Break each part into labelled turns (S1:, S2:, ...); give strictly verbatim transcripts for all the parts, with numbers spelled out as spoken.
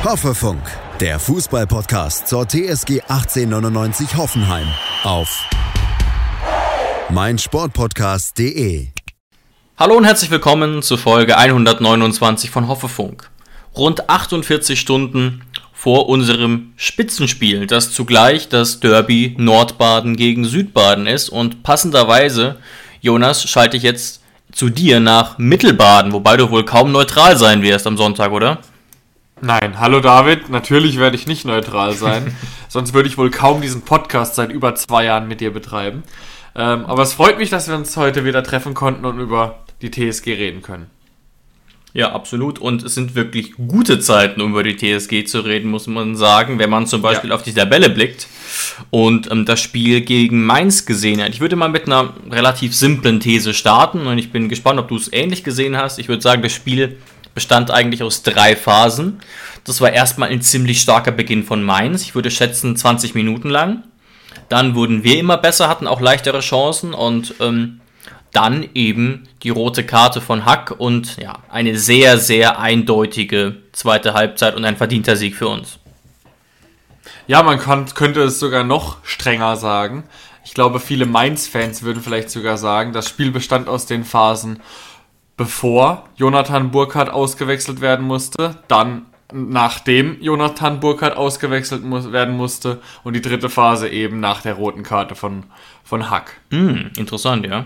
S1: Hoffefunk, der Fußball-Podcast zur T S G achtzehnhundertneunundneunzig Hoffenheim auf meinsportpodcast punkt de.
S2: Hallo und herzlich willkommen zur Folge hundertneunundzwanzig von Hoffefunk. Rund achtundvierzig Stunden vor unserem Spitzenspiel, das zugleich das Derby Nordbaden gegen Südbaden ist. Und passenderweise, Jonas, schalte ich jetzt zu dir nach Mittelbaden, wobei du wohl kaum neutral sein wirst am Sonntag, oder?
S3: Nein, hallo David, natürlich werde ich nicht neutral sein, sonst würde ich wohl kaum diesen Podcast seit über zwei Jahren mit dir betreiben. Ähm, aber es freut mich, dass wir uns heute wieder treffen konnten und über die T S G reden können.
S2: Ja, absolut. Und es sind wirklich gute Zeiten, um über die T S G zu reden, muss man sagen, wenn man zum Beispiel ja. auf die Tabelle blickt und ähm, das Spiel gegen Mainz gesehen hat. Ich würde mal mit einer relativ simplen These starten und ich bin gespannt, ob du es ähnlich gesehen hast. Ich würde sagen, das Spiel bestand eigentlich aus drei Phasen. Das war erstmal ein ziemlich starker Beginn von Mainz. Ich würde schätzen zwanzig Minuten lang. Dann wurden wir immer besser, hatten auch leichtere Chancen und ähm, dann eben die rote Karte von Hack und ja, eine sehr, sehr eindeutige zweite Halbzeit und ein verdienter Sieg für uns.
S3: Ja, man kann, könnte es sogar noch strenger sagen. Ich glaube, viele Mainz-Fans würden vielleicht sogar sagen, das Spiel bestand aus den Phasen, bevor Jonathan Burkhardt ausgewechselt werden musste, dann nachdem Jonathan Burkhardt ausgewechselt mu- werden musste und die dritte Phase eben nach der roten Karte von, von Hack.
S2: Mm, interessant, ja.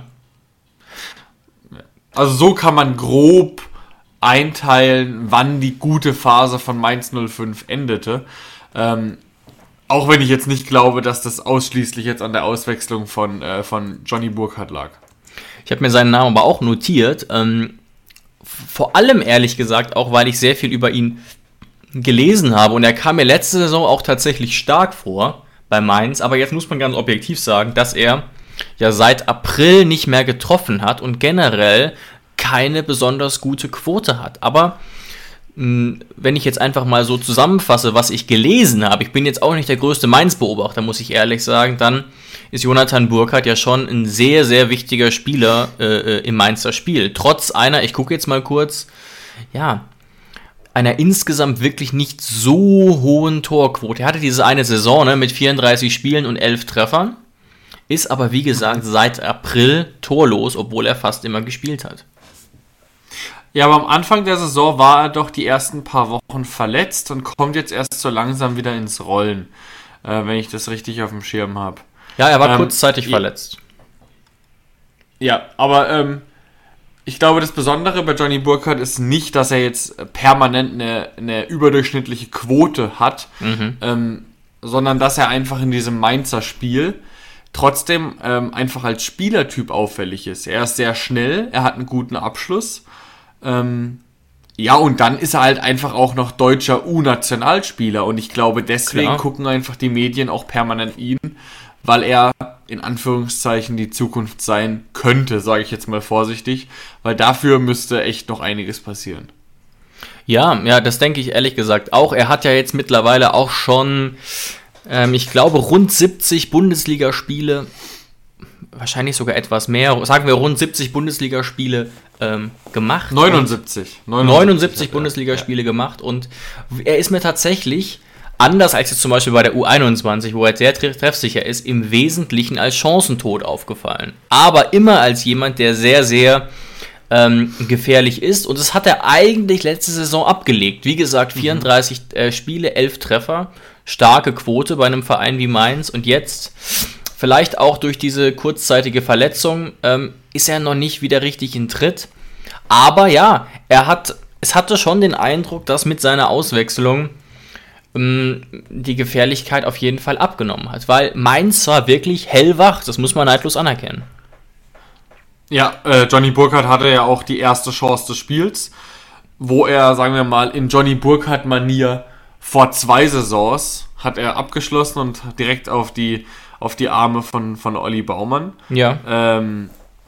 S3: Also so kann man grob einteilen, wann die gute Phase von Mainz null fünf endete. Ähm, auch wenn ich jetzt nicht glaube, dass das ausschließlich jetzt an der Auswechslung von, äh, von Johnny Burkhardt lag.
S2: Ich habe mir seinen Namen aber auch notiert. Ähm, vor allem ehrlich gesagt auch, weil ich sehr viel über ihn gelesen habe. Und er kam mir letzte Saison auch tatsächlich stark vor bei Mainz. Aber jetzt muss man ganz objektiv sagen, dass er ja seit April nicht mehr getroffen hat und generell keine besonders gute Quote hat. Aber mh, wenn ich jetzt einfach mal so zusammenfasse, was ich gelesen habe, ich bin jetzt auch nicht der größte Mainz-Beobachter, muss ich ehrlich sagen, dann ist Jonathan Burkhardt ja schon ein sehr, sehr wichtiger Spieler äh, im Mainzer Spiel. Trotz einer, ich gucke jetzt mal kurz, ja, einer insgesamt wirklich nicht so hohen Torquote. Er hatte diese eine Saison ne, mit vierunddreißig Spielen und elf Treffern, ist aber wie gesagt seit April torlos, obwohl er fast immer gespielt hat.
S3: Ja, aber am Anfang der Saison war er doch die ersten paar Wochen verletzt und kommt jetzt erst so langsam wieder ins Rollen, äh, wenn ich das richtig auf dem Schirm habe.
S2: Ja, er war
S3: ähm,
S2: kurzzeitig
S3: ja,
S2: verletzt.
S3: Ja, aber ähm, ich glaube, das Besondere bei Johnny Burkhardt ist nicht, dass er jetzt permanent eine, eine überdurchschnittliche Quote hat, mhm. ähm, sondern dass er einfach in diesem Mainzer Spiel trotzdem ähm, einfach als Spielertyp auffällig ist. Er ist sehr schnell, er hat einen guten Abschluss. Ähm, ja, und dann ist er halt einfach auch noch deutscher U-Nationalspieler und ich glaube, deswegen
S2: Klar.
S3: gucken einfach die Medien auch permanent ihn, weil er in Anführungszeichen die Zukunft sein könnte, sage ich jetzt mal vorsichtig, weil dafür müsste echt noch einiges passieren.
S2: Ja, ja, das denke ich ehrlich gesagt auch. Er hat ja jetzt mittlerweile auch schon, ähm, ich glaube, rund siebzig Bundesligaspiele, wahrscheinlich sogar etwas mehr, sagen wir rund siebzig Bundesligaspiele ähm, gemacht.
S3: neunundsiebzig.
S2: neunundsiebzig, neunundsiebzig Bundesligaspiele ja. gemacht und er ist mir tatsächlich, anders als jetzt zum Beispiel bei der U einundzwanzig, wo er sehr treffsicher ist, im Wesentlichen als Chancentod aufgefallen. Aber immer als jemand, der sehr, sehr ähm, gefährlich ist. Und das hat er eigentlich letzte Saison abgelegt. Wie gesagt, vierunddreißig mhm. äh, Spiele, elf Treffer, starke Quote bei einem Verein wie Mainz. Und jetzt, vielleicht auch durch diese kurzzeitige Verletzung, ähm, ist er noch nicht wieder richtig in Tritt. Aber ja, er hat, es hatte schon den Eindruck, dass mit seiner Auswechslung die Gefährlichkeit auf jeden Fall abgenommen hat, weil Mainz war wirklich hellwach, das muss man neidlos anerkennen.
S3: Ja, äh, Johnny Burkhardt hatte ja auch die erste Chance des Spiels, wo er, sagen wir mal, in Johnny Burkhardt-Manier vor zwei Saisons hat er abgeschlossen und direkt auf die, auf die Arme von, von Olli Baumann.
S2: Ja.
S3: Ähm,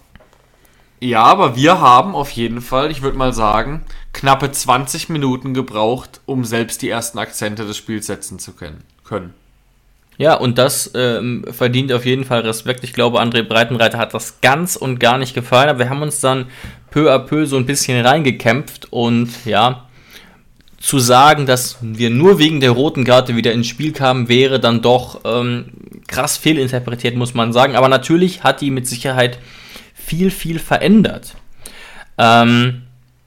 S3: ja, aber wir haben auf jeden Fall, ich würde mal sagen, knappe zwanzig Minuten gebraucht, um selbst die ersten Akzente des Spiels setzen zu können.
S2: Ja, und das ähm, verdient auf jeden Fall Respekt. Ich glaube, André Breitenreiter hat das ganz und gar nicht gefallen, aber wir haben uns dann peu à peu so ein bisschen reingekämpft und ja, zu sagen, dass wir nur wegen der roten Karte wieder ins Spiel kamen, wäre dann doch ähm, krass fehlinterpretiert, muss man sagen. Aber natürlich hat die mit Sicherheit viel, viel verändert. Ähm,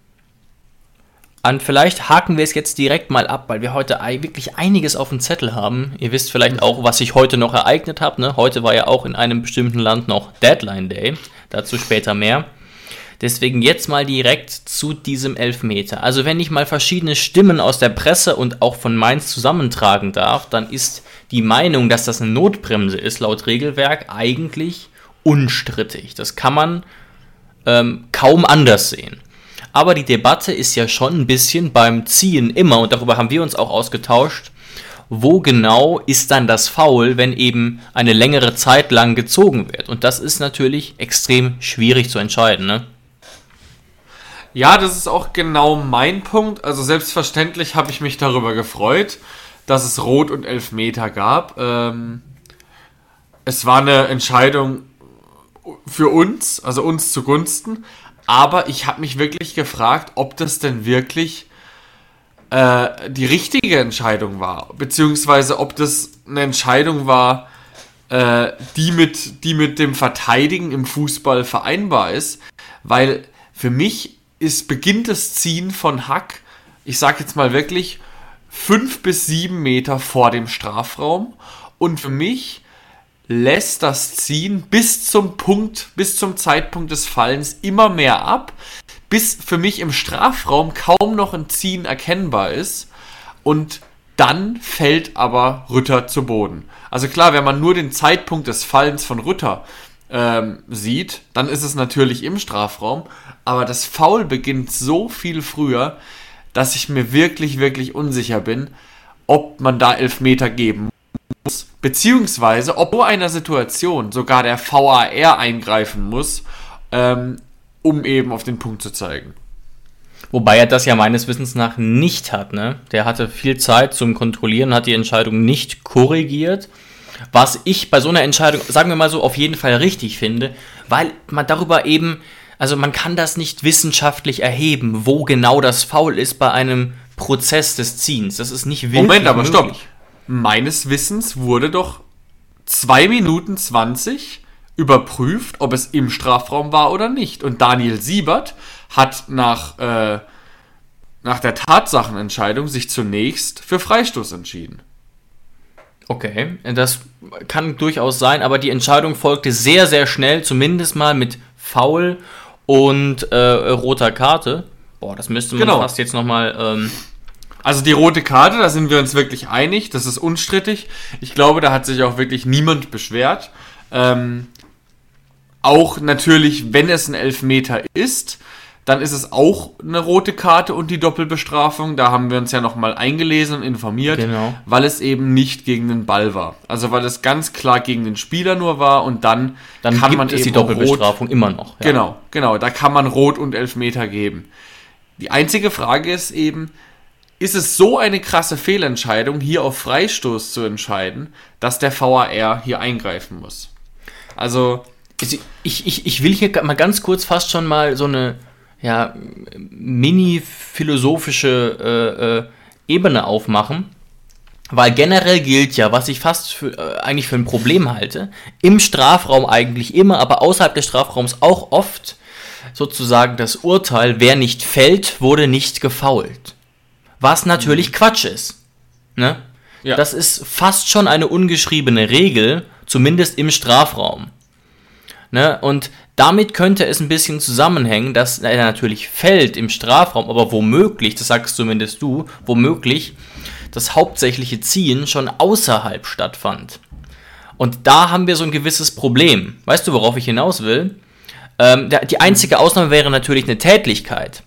S2: und vielleicht haken wir es jetzt direkt mal ab, weil wir heute wirklich einiges auf dem Zettel haben. Ihr wisst vielleicht auch, was sich heute noch ereignet hat. Ne? Heute war ja auch in einem bestimmten Land noch Deadline Day. Dazu später mehr. Deswegen jetzt mal direkt zu diesem Elfmeter. Also wenn ich mal verschiedene Stimmen aus der Presse und auch von Mainz zusammentragen darf, dann ist die Meinung, dass das eine Notbremse ist, laut Regelwerk eigentlich unstrittig. Das kann man ähm, kaum anders sehen. Aber die Debatte ist ja schon ein bisschen beim Ziehen immer, und darüber haben wir uns auch ausgetauscht, wo genau ist dann das Foul, wenn eben eine längere Zeit lang gezogen wird. Und das ist natürlich extrem schwierig zu entscheiden, ne?
S3: Ja, das ist auch genau mein Punkt. Also selbstverständlich habe ich mich darüber gefreut, dass es Rot und Elfmeter gab. Ähm, es war eine Entscheidung für uns, also uns zugunsten. Aber ich habe mich wirklich gefragt, ob das denn wirklich äh, die richtige Entscheidung war. Beziehungsweise ob das eine Entscheidung war, äh, die, mit, die mit dem Verteidigen im Fußball vereinbar ist. Weil für mich ist beginnt das Ziehen von Hack, ich sage jetzt mal wirklich, fünf bis sieben Meter vor dem Strafraum. Und für mich lässt das Ziehen bis zum Punkt, bis zum Zeitpunkt des Fallens immer mehr ab, bis für mich im Strafraum kaum noch ein Ziehen erkennbar ist. Und dann fällt aber Rütter zu Boden. Also klar, wenn man nur den Zeitpunkt des Fallens von Rütter ähm, sieht, dann ist es natürlich im Strafraum. Aber das Foul beginnt so viel früher, dass ich mir wirklich, wirklich unsicher bin, ob man da Elfmeter geben muss, beziehungsweise ob in einer Situation sogar der V A R eingreifen muss, ähm, um eben auf den Punkt zu zeigen.
S2: Wobei er das ja meines Wissens nach nicht hat, ne? Der hatte viel Zeit zum Kontrollieren, hat die Entscheidung nicht korrigiert. Was ich bei so einer Entscheidung, sagen wir mal so, auf jeden Fall richtig finde, weil man darüber eben, also man kann das nicht wissenschaftlich erheben, wo genau das Foul ist bei einem Prozess des Ziehens. Das ist nicht wirklich
S3: Moment, aber
S2: möglich.
S3: Stopp. Meines Wissens wurde doch zwei Minuten zwanzig überprüft, ob es im Strafraum war oder nicht. Und Daniel Siebert hat nach, äh, nach der Tatsachenentscheidung sich zunächst für Freistoß entschieden.
S2: Okay, das kann durchaus sein, aber die Entscheidung folgte sehr, sehr schnell, zumindest mal mit Foul und äh, roter Karte. Boah, das müsste man
S3: genau.
S2: fast jetzt nochmal... Ähm
S3: Also die rote Karte, da sind wir uns wirklich einig, das ist unstrittig. Ich glaube, da hat sich auch wirklich niemand beschwert. Ähm, auch natürlich, wenn es ein Elfmeter ist, dann ist es auch eine rote Karte und die Doppelbestrafung. Da haben wir uns ja nochmal eingelesen und informiert,
S2: genau.
S3: Weil es eben nicht gegen den Ball war. Also weil es ganz klar gegen den Spieler nur war und dann,
S2: dann
S3: kann
S2: gibt
S3: man
S2: es
S3: eben
S2: die Doppelbestrafung
S3: rot,
S2: immer noch.
S3: Ja. Genau, genau, da kann man Rot und Elfmeter geben. Die einzige Frage ist eben, ist es so eine krasse Fehlentscheidung, hier auf Freistoß zu entscheiden, dass der V A R hier eingreifen muss? Also
S2: ich, ich, ich will hier mal ganz kurz fast schon mal so eine ja, mini-philosophische äh, äh, Ebene aufmachen, weil generell gilt ja, was ich fast für, äh, eigentlich für ein Problem halte, im Strafraum eigentlich immer, aber außerhalb des Strafraums auch oft sozusagen das Urteil, wer nicht fällt, wurde nicht gefoult. Was natürlich mhm. Quatsch ist. Ne? Ja. Das ist fast schon eine ungeschriebene Regel, zumindest im Strafraum. Ne? Und damit könnte es ein bisschen zusammenhängen, dass er natürlich fällt im Strafraum, aber womöglich, das sagst zumindest du, womöglich das hauptsächliche Ziehen schon außerhalb stattfand. Und da haben wir so ein gewisses Problem. Weißt du, worauf ich hinaus will? Ähm, der, die einzige Ausnahme wäre natürlich eine Tätlichkeit.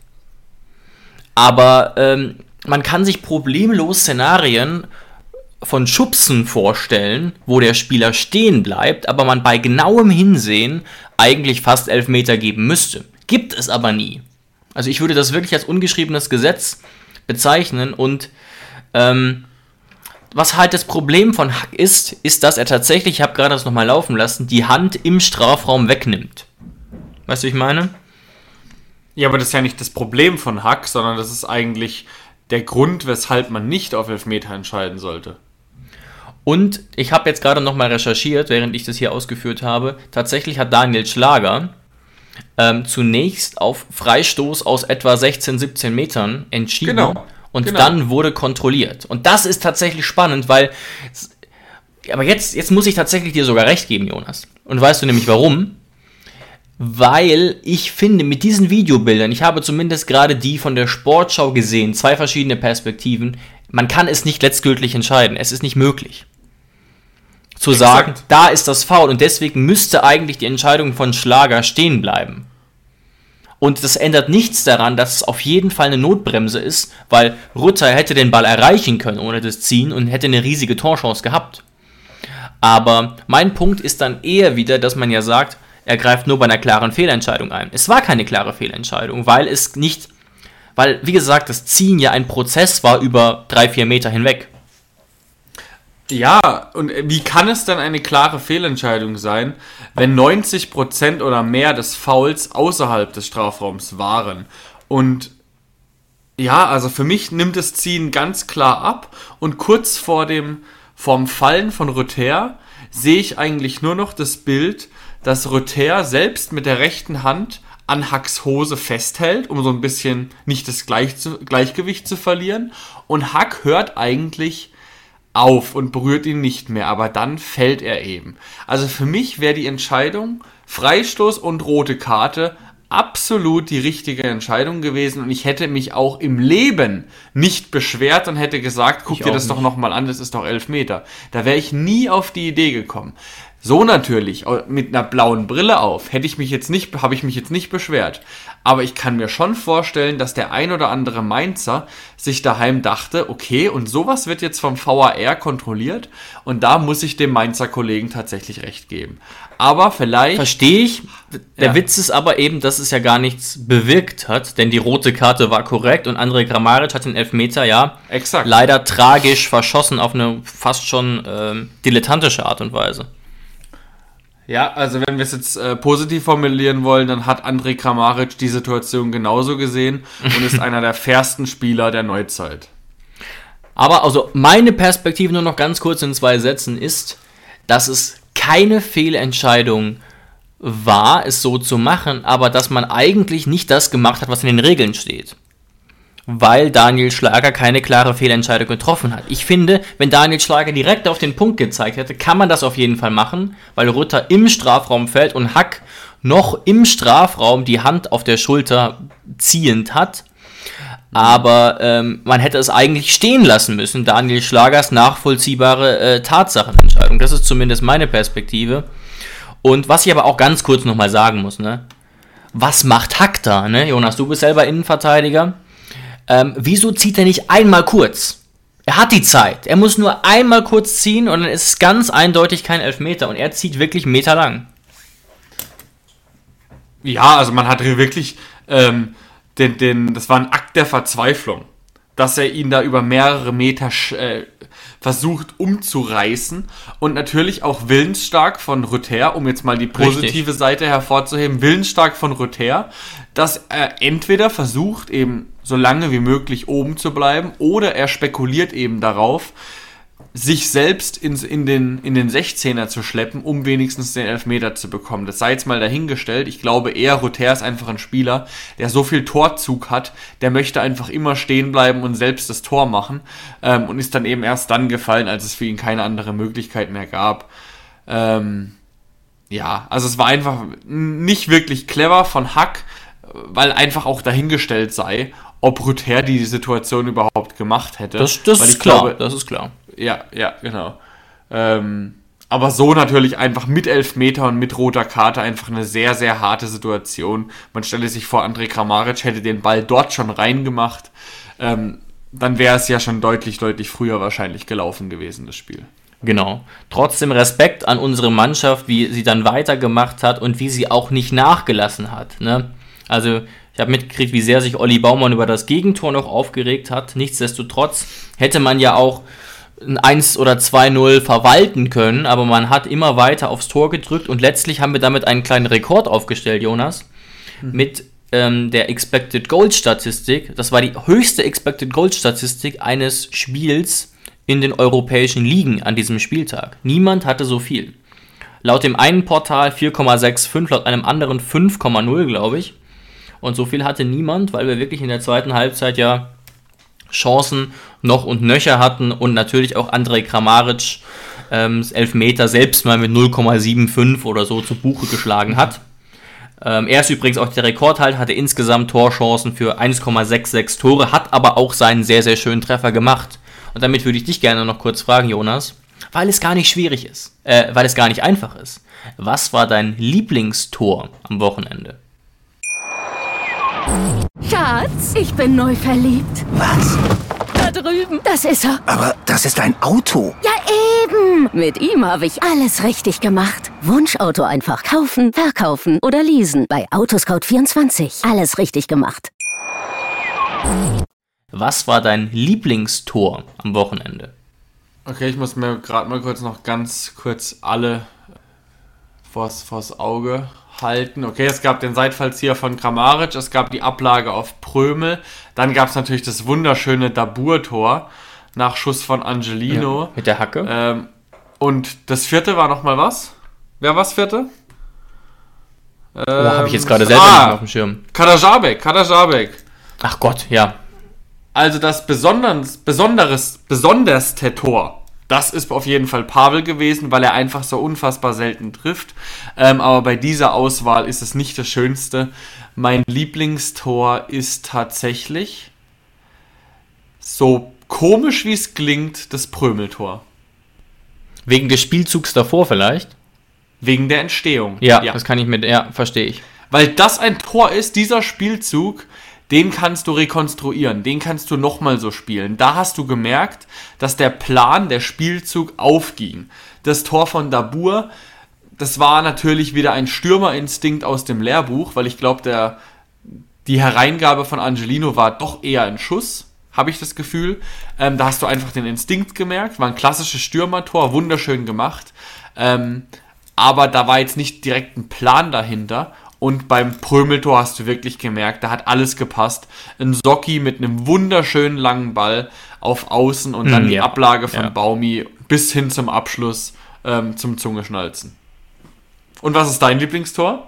S2: Aber ähm, man kann sich problemlos Szenarien von Schubsen vorstellen, wo der Spieler stehen bleibt, aber man bei genauem Hinsehen eigentlich fast Elfmeter geben müsste. Gibt es aber nie. Also ich würde das wirklich als ungeschriebenes Gesetz bezeichnen und ähm, was halt das Problem von Hack ist, ist, dass er tatsächlich, ich habe gerade das nochmal laufen lassen, die Hand im Strafraum wegnimmt. Weißt du, wie ich meine?
S3: Ja, aber das ist ja nicht das Problem von Hack, sondern das ist eigentlich der Grund, weshalb man nicht auf Elfmeter entscheiden sollte.
S2: Und ich habe jetzt gerade nochmal recherchiert, während ich das hier ausgeführt habe. Tatsächlich hat Daniel Schlager ähm, zunächst auf Freistoß aus etwa sechzehn, siebzehn Metern entschieden.
S3: Genau.
S2: Und
S3: genau.
S2: dann wurde kontrolliert. Und das ist tatsächlich spannend, weil... Aber jetzt, jetzt muss ich tatsächlich dir sogar recht geben, Jonas. Und weißt du nämlich warum? Weil ich finde, mit diesen Videobildern, ich habe zumindest gerade die von der Sportschau gesehen, zwei verschiedene Perspektiven, man kann es nicht letztgültig entscheiden. Es ist nicht möglich. Zu
S3: Exakt.
S2: sagen, da ist das Foul und deswegen müsste eigentlich die Entscheidung von Schlager stehen bleiben. Und das ändert nichts daran, dass es auf jeden Fall eine Notbremse ist, weil Rutter hätte den Ball erreichen können ohne das Ziehen und hätte eine riesige Torchance gehabt. Aber mein Punkt ist dann eher wieder, dass man ja sagt, er greift nur bei einer klaren Fehlentscheidung ein. Es war keine klare Fehlentscheidung, weil es nicht, weil, wie gesagt, das Ziehen ja ein Prozess war über drei, vier Meter hinweg.
S3: Ja, und wie kann es dann eine klare Fehlentscheidung sein, wenn neunzig Prozent oder mehr des Fouls außerhalb des Strafraums waren? Und ja, also für mich nimmt das Ziehen ganz klar ab und kurz vor dem vorm Fallen von Rüther sehe ich eigentlich nur noch das Bild, dass Rüther selbst mit der rechten Hand an Hacks Hose festhält, um so ein bisschen nicht das Gleich- Gleichgewicht zu verlieren. Und Hack hört eigentlich auf und berührt ihn nicht mehr, aber dann fällt er eben. Also für mich wäre die Entscheidung Freistoß und rote Karte absolut die richtige Entscheidung gewesen und ich hätte mich auch im Leben nicht beschwert und hätte gesagt, guck dir das doch nochmal an, das ist doch Elfmeter. Da wäre ich nie auf die Idee gekommen. So natürlich, mit einer blauen Brille auf, hätte ich mich jetzt nicht, habe ich mich jetzt nicht beschwert. Aber ich kann mir schon vorstellen, dass der ein oder andere Mainzer sich daheim dachte, okay, und sowas wird jetzt vom V A R kontrolliert und da muss ich dem Mainzer Kollegen tatsächlich recht geben. Aber vielleicht...
S2: Verstehe ich. Der
S3: Ja.
S2: Witz ist aber eben, dass es ja gar nichts bewirkt hat, denn die rote Karte war korrekt und Andrej Kramaric hat den Elfmeter, ja,
S3: Exakt.
S2: leider tragisch verschossen auf eine fast schon ähm, dilettantische Art und Weise.
S3: Ja, also wenn wir es jetzt äh, positiv formulieren wollen, dann hat Andrej Kramaric die Situation genauso gesehen und ist einer der fairsten Spieler der Neuzeit.
S2: Aber also meine Perspektive nur noch ganz kurz in zwei Sätzen ist, dass es keine Fehlentscheidung war, es so zu machen, aber dass man eigentlich nicht das gemacht hat, was in den Regeln steht. Weil Daniel Schlager keine klare Fehlentscheidung getroffen hat. Ich finde, wenn Daniel Schlager direkt auf den Punkt gezeigt hätte, kann man das auf jeden Fall machen, weil Rutter im Strafraum fällt und Hack noch im Strafraum die Hand auf der Schulter ziehend hat. Aber ähm, man hätte es eigentlich stehen lassen müssen, Daniel Schlagers nachvollziehbare äh, Tatsachenentscheidung. Das ist zumindest meine Perspektive. Und was ich aber auch ganz kurz nochmal sagen muss, ne? Was macht Hack da, ne? Jonas, du bist selber Innenverteidiger. Ähm, wieso zieht er nicht einmal kurz? Er hat die Zeit. Er muss nur einmal kurz ziehen und dann ist es ganz eindeutig kein Elfmeter. Und er zieht wirklich meterlang.
S3: Ja, also man hat wirklich, ähm, den, den, das war ein Akt der Verzweiflung, dass er ihn da über mehrere Meter sch- äh, versucht umzureißen und natürlich auch willensstark von Rüther, um jetzt mal die positive
S2: Richtig.
S3: Seite hervorzuheben, willensstark von Rüther, dass er entweder versucht eben so lange wie möglich oben zu bleiben oder er spekuliert eben darauf, sich selbst in, in, den, in den sechzehner zu schleppen, um wenigstens den Elfmeter zu bekommen. Das sei jetzt mal dahingestellt. Ich glaube eher, Rüther ist einfach ein Spieler, der so viel Torzug hat, der möchte einfach immer stehen bleiben und selbst das Tor machen ähm, und ist dann eben erst dann gefallen, als es für ihn keine andere Möglichkeit mehr gab. Ähm, ja, also es war einfach nicht wirklich clever von Hack, weil einfach auch dahingestellt sei, ob Rüther die Situation überhaupt gemacht hätte.
S2: Das, das
S3: weil
S2: ist
S3: ich
S2: klar.
S3: glaube,
S2: das ist klar.
S3: Ja, ja, genau. Ähm, aber so natürlich einfach mit Elfmeter und mit roter Karte einfach eine sehr, sehr harte Situation. Man stelle sich vor, Andrej Kramaric hätte den Ball dort schon reingemacht. Ähm, dann wäre es ja schon deutlich, deutlich früher wahrscheinlich gelaufen gewesen, das Spiel.
S2: Genau. Trotzdem Respekt an unsere Mannschaft, wie sie dann weitergemacht hat und wie sie auch nicht nachgelassen hat. Ne? Also ich habe mitgekriegt, wie sehr sich Olli Baumann über das Gegentor noch aufgeregt hat. Nichtsdestotrotz hätte man ja auch ein eins oder zwei null verwalten können, aber man hat immer weiter aufs Tor gedrückt und letztlich haben wir damit einen kleinen Rekord aufgestellt, Jonas, mhm. mit ähm, der Expected Goals Statistik. Das war die höchste Expected Goals Statistik eines Spiels in den europäischen Ligen an diesem Spieltag. Niemand hatte so viel. Laut dem einen Portal vier Komma fünfundsechzig, laut einem anderen fünf Komma null, glaube ich. Und so viel hatte niemand, weil wir wirklich in der zweiten Halbzeit ja Chancen noch und nöcher hatten und natürlich auch Andrej Kramaric ähm, das Elfmeter selbst mal mit null Komma fünfundsiebzig oder so zu Buche geschlagen hat. Ähm, er ist übrigens auch der Rekordhalter, hatte insgesamt Torchancen für eins Komma sechsundsechzig Tore, hat aber auch seinen sehr, sehr schönen Treffer gemacht. Und damit würde ich dich gerne noch kurz fragen, Jonas, weil es gar nicht schwierig ist, äh, weil es gar nicht einfach ist. Was war dein Lieblingstor am Wochenende?
S4: Schatz, ich bin neu verliebt.
S5: Was?
S4: Da drüben. Das ist er.
S5: Aber das ist ein Auto.
S4: Ja, eben. Mit ihm habe ich alles richtig gemacht. Wunschauto einfach kaufen, verkaufen oder leasen. Bei Autoscout vierundzwanzig. Alles richtig gemacht.
S2: Was war dein Lieblingstor am Wochenende?
S3: Okay, ich muss mir gerade mal kurz noch ganz kurz alle vors, vors Auge halten. Okay, es gab den Seitfallzieher von Kramaric, es gab die Ablage auf Prömel, dann gab es natürlich das wunderschöne Dabur-Tor nach Schuss von Angelino.
S2: Ja, mit der Hacke.
S3: Ähm, und das vierte war nochmal was? Wer war das vierte? Ähm,
S2: oh, habe ich jetzt gerade selber
S3: ah,
S2: nicht auf dem Schirm.
S3: Kadajabek, Kadajabek.
S2: Ach Gott, ja.
S3: Also das besonders, besonderes, besonderste Tor, das ist auf jeden Fall Pavel gewesen, weil er einfach so unfassbar selten trifft. Ähm, aber bei dieser Auswahl ist es nicht das Schönste. Mein Lieblingstor ist tatsächlich, so komisch wie es klingt, das Prömel-Tor.
S2: Wegen des Spielzugs davor vielleicht?
S3: Wegen der Entstehung.
S2: Ja, ja, das kann ich mit, ja, verstehe ich.
S3: Weil das ein Tor ist, dieser Spielzug, den kannst du rekonstruieren, den kannst du nochmal so spielen. Da hast du gemerkt, dass der Plan, der Spielzug aufging. Das Tor von Dabur, das war natürlich wieder ein Stürmerinstinkt aus dem Lehrbuch, weil ich glaube, der die Hereingabe von Angelino war doch eher ein Schuss, habe ich das Gefühl. Ähm, da hast du einfach den Instinkt gemerkt, war ein klassisches Stürmertor, wunderschön gemacht. Ähm, aber da war jetzt nicht direkt ein Plan dahinter. Und beim Prömel-Tor hast du wirklich gemerkt, da hat alles gepasst. Ein Socki mit einem wunderschönen langen Ball auf Außen und dann mm, die ja. Ablage von ja. Baumi bis hin zum Abschluss ähm, zum Zungeschnalzen. Und was ist dein Lieblingstor?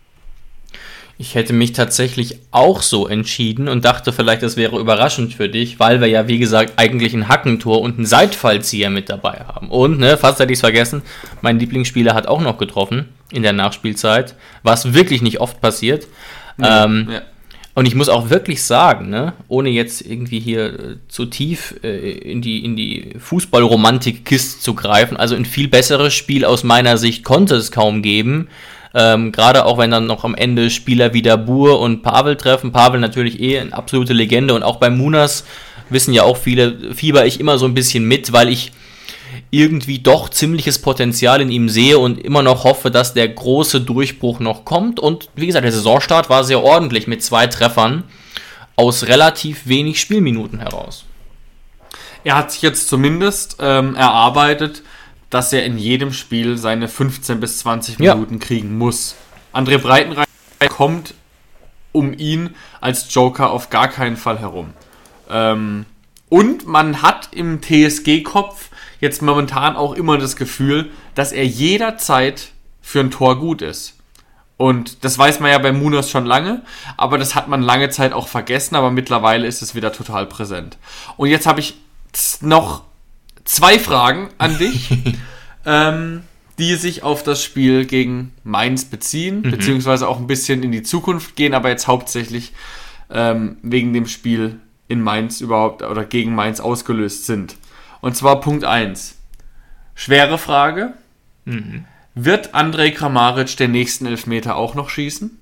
S2: Ich hätte mich tatsächlich auch so entschieden und dachte vielleicht, das wäre überraschend für dich, weil wir ja, wie gesagt, eigentlich ein Hackentor und einen Seitfallzieher mit dabei haben. Und, ne, fast hätte ich es vergessen, mein Lieblingsspieler hat auch noch getroffen in der Nachspielzeit, was wirklich nicht oft passiert. Nee, ähm, ja. Und ich muss auch wirklich sagen, ne, ohne jetzt irgendwie hier äh, zu tief äh, in die, in die Fußballromantik-Kiste zu greifen, also ein viel besseres Spiel aus meiner Sicht konnte es kaum geben. Ähm, gerade auch wenn dann noch am Ende Spieler wie Dabur und Pavel treffen. Pavel natürlich eh eine absolute Legende und auch bei Munas wissen ja auch viele, fieber ich immer so ein bisschen mit, weil ich irgendwie doch ziemliches Potenzial in ihm sehe und immer noch hoffe, dass der große Durchbruch noch kommt. Und wie gesagt, der Saisonstart war sehr ordentlich mit zwei Treffern aus relativ wenig Spielminuten heraus.
S3: Er hat sich jetzt zumindest ähm, erarbeitet, dass er in jedem Spiel seine fünfzehn bis zwanzig Minuten ja. kriegen muss. André Breitenreiter kommt um ihn als Joker auf gar keinen Fall herum. Ähm, und man hat im T S G-Kopf jetzt momentan auch immer das Gefühl, dass er jederzeit für ein Tor gut ist. Und das weiß man ja bei Munas schon lange, aber das hat man lange Zeit auch vergessen, aber mittlerweile ist es wieder total präsent. Und jetzt habe ich noch zwei Fragen an dich, ähm, die sich auf das Spiel gegen Mainz beziehen, mhm. beziehungsweise auch ein bisschen in die Zukunft gehen, aber jetzt hauptsächlich ähm, wegen dem Spiel in Mainz überhaupt oder gegen Mainz ausgelöst sind. Und zwar Punkt eins. Schwere Frage. Mhm. Wird Andrej Kramaric den nächsten Elfmeter auch noch schießen?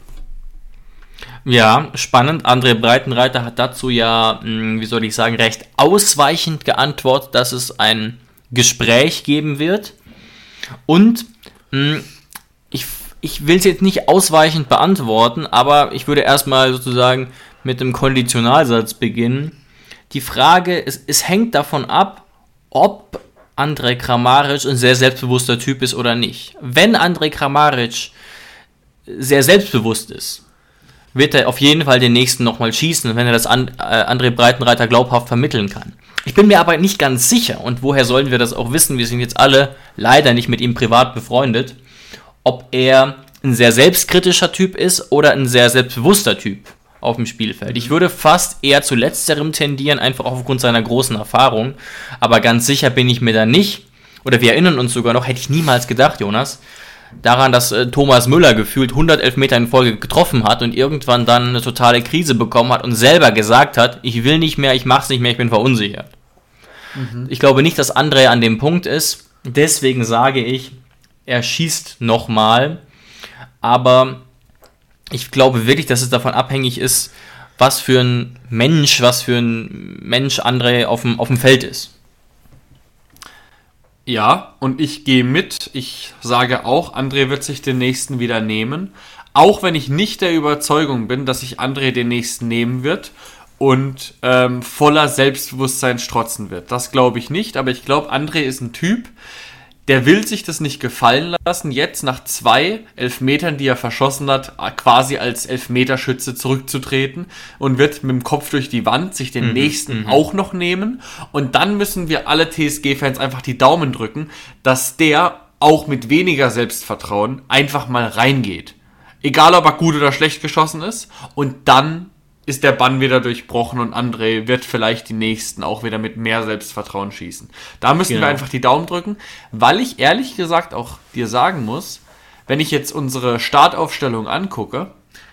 S2: Ja, spannend. André Breitenreiter hat dazu ja, wie soll ich sagen, recht ausweichend geantwortet, dass es ein Gespräch geben wird. Und ich, ich will es jetzt nicht ausweichend beantworten, aber ich würde erstmal sozusagen mit einem Konditionalsatz beginnen. Die Frage, es, es hängt davon ab, ob Andrej Kramaric ein sehr selbstbewusster Typ ist oder nicht. Wenn Andrej Kramaric sehr selbstbewusst ist, wird er auf jeden Fall den nächsten nochmal schießen, wenn er das an, äh, André Breitenreiter glaubhaft vermitteln kann. Ich bin mir aber nicht ganz sicher, und woher sollen wir das auch wissen, wir sind jetzt alle leider nicht mit ihm privat befreundet, ob er ein sehr selbstkritischer Typ ist oder ein sehr selbstbewusster Typ auf dem Spielfeld. Ich würde fast eher zu letzterem tendieren, einfach aufgrund seiner großen Erfahrung, aber ganz sicher bin ich mir da nicht, oder wir erinnern uns sogar noch, hätte ich niemals gedacht, Jonas, daran, dass äh, Thomas Müller gefühlt hundert Elfmeter in Folge getroffen hat und irgendwann dann eine totale Krise bekommen hat und selber gesagt hat, ich will nicht mehr, ich mach's nicht mehr, ich bin verunsichert. Mhm. Ich glaube nicht, dass André an dem Punkt ist, deswegen sage ich, er schießt nochmal, aber ich glaube wirklich, dass es davon abhängig ist, was für ein Mensch, was für ein Mensch André auf dem, auf dem Feld ist.
S3: Ja, und ich gehe mit. Ich sage auch, André wird sich den nächsten wieder nehmen. Auch wenn ich nicht der Überzeugung bin, dass sich André den nächsten nehmen wird und ähm, voller Selbstbewusstsein strotzen wird. Das glaube ich nicht, aber ich glaube, André ist ein Typ, der will sich das nicht gefallen lassen, jetzt nach zwei Elfmetern, die er verschossen hat, quasi als Elfmeterschütze zurückzutreten und wird mit dem Kopf durch die Wand sich den mhm, nächsten mhm. auch noch nehmen. Und dann müssen wir alle T S G-Fans einfach die Daumen drücken, dass der auch mit weniger Selbstvertrauen einfach mal reingeht. Egal, ob er gut oder schlecht geschossen ist. Und dann ist der Bann wieder durchbrochen und André wird vielleicht die nächsten auch wieder mit mehr Selbstvertrauen schießen. Da müssen genau. wir einfach die Daumen drücken, weil ich ehrlich gesagt auch dir sagen muss, wenn ich jetzt unsere Startaufstellung angucke,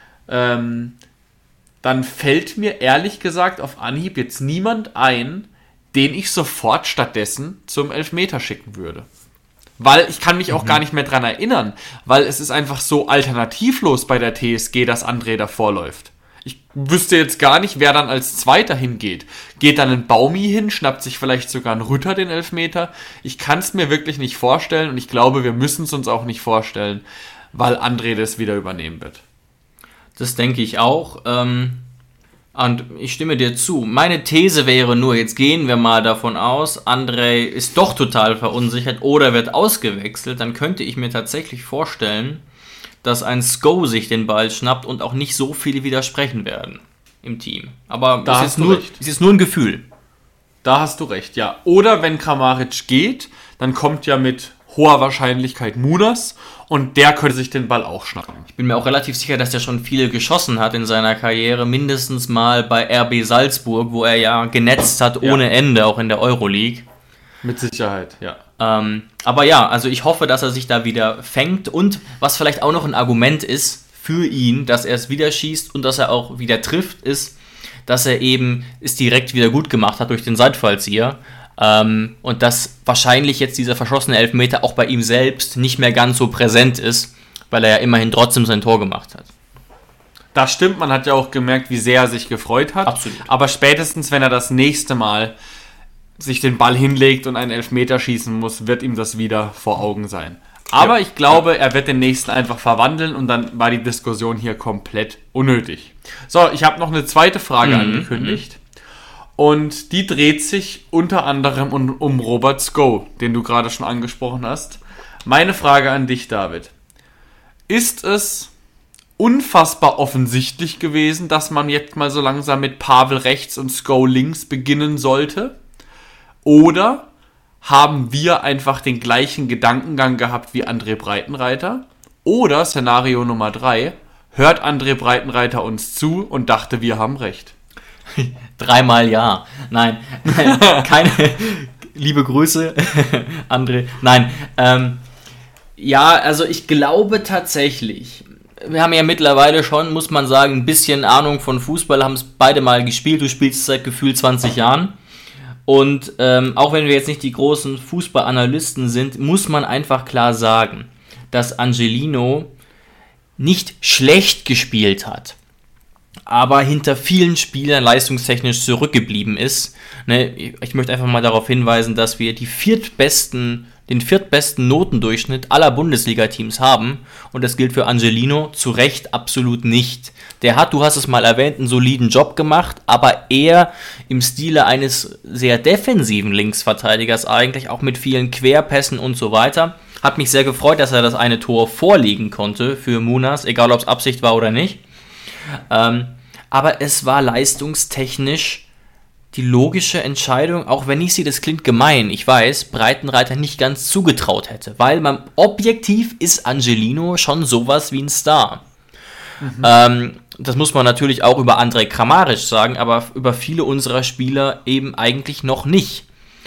S3: ähm, dann fällt mir ehrlich gesagt auf Anhieb jetzt niemand ein, den ich sofort stattdessen zum Elfmeter schicken würde. Weil ich kann mich auch mhm. gar nicht mehr dran erinnern, weil es ist einfach so alternativlos bei der T S G, dass André davor läuft. Ich wüsste jetzt gar nicht, wer dann als Zweiter hingeht. Geht dann ein Baumi hin, schnappt sich vielleicht sogar ein Rütter den Elfmeter? Ich kann es mir wirklich nicht vorstellen und ich glaube, wir müssen es uns auch nicht vorstellen, weil André das wieder übernehmen wird.
S2: Das denke ich auch. Ähm, und ich stimme dir zu. Meine These wäre nur, jetzt gehen wir mal davon aus, André ist doch total verunsichert oder wird ausgewechselt, dann könnte ich mir tatsächlich vorstellen, dass ein Sko sich den Ball schnappt und auch nicht so viele widersprechen werden im Team. Aber
S3: da
S2: es ist, nur, ist jetzt nur ein Gefühl.
S3: Da hast du recht, ja. Oder wenn Kramaric geht, dann kommt ja mit hoher Wahrscheinlichkeit Munas und der könnte sich den Ball auch schnappen.
S2: Ich bin mir auch relativ sicher, dass der schon viel geschossen hat in seiner Karriere, mindestens mal bei R B Salzburg, wo er ja genetzt hat ohne ja. Ende, auch in der Euroleague.
S3: Mit Sicherheit, ja.
S2: Ähm, aber ja, also ich hoffe, dass er sich da wieder fängt und was vielleicht auch noch ein Argument ist für ihn, dass er es wieder schießt und dass er auch wieder trifft, ist, dass er eben es direkt wieder gut gemacht hat durch den Seitfallzieher ähm, und dass wahrscheinlich jetzt dieser verschossene Elfmeter auch bei ihm selbst nicht mehr ganz so präsent ist, weil er ja immerhin trotzdem sein Tor gemacht hat.
S3: Das stimmt, man hat ja auch gemerkt, wie sehr er sich gefreut hat.
S2: Absolut.
S3: Aber spätestens, wenn er das nächste Mal sich den Ball hinlegt und einen Elfmeter schießen muss, wird ihm das wieder vor Augen sein. Aber ja. ich glaube, er wird den nächsten einfach verwandeln und dann war die Diskussion hier komplett unnötig. So, ich habe noch eine zweite Frage mhm. angekündigt und die dreht sich unter anderem um, um Robert Sko, den du gerade schon angesprochen hast. Meine Frage an dich, David. Ist es unfassbar offensichtlich gewesen, dass man jetzt mal so langsam mit Pavel rechts und Sko links beginnen sollte? Oder haben wir einfach den gleichen Gedankengang gehabt wie André Breitenreiter? Oder Szenario Nummer drei, hört André Breitenreiter uns zu und dachte, wir haben recht?
S2: Dreimal ja. Nein, nein keine liebe Grüße, André. Nein, ähm, ja, also ich glaube tatsächlich, wir haben ja mittlerweile schon, muss man sagen, ein bisschen Ahnung von Fußball, haben es beide mal gespielt, du spielst seit gefühlt zwanzig Jahren. Und ähm, auch wenn wir jetzt nicht die großen Fußballanalysten sind, muss man einfach klar sagen, dass Angelino nicht schlecht gespielt hat, aber hinter vielen Spielern leistungstechnisch zurückgeblieben ist. Ne, ich möchte einfach mal darauf hinweisen, dass wir die viertbesten, den viertbesten Notendurchschnitt aller Bundesliga-Teams haben und das gilt für Angelino zu Recht absolut nicht. Der hat, du hast es mal erwähnt, einen soliden Job gemacht, aber eher im Stile eines sehr defensiven Linksverteidigers eigentlich, auch mit vielen Querpässen und so weiter. Hat mich sehr gefreut, dass er das eine Tor vorlegen konnte für Munas, egal ob es Absicht war oder nicht. Ähm, aber es war leistungstechnisch die logische Entscheidung, auch wenn ich sie, das klingt gemein, ich weiß, Breitenreiter nicht ganz zugetraut hätte, weil man objektiv ist Angelino schon sowas wie ein Star. Mhm. Ähm, das muss man natürlich auch über Andrej Kramaric sagen, aber über viele unserer Spieler eben eigentlich noch nicht.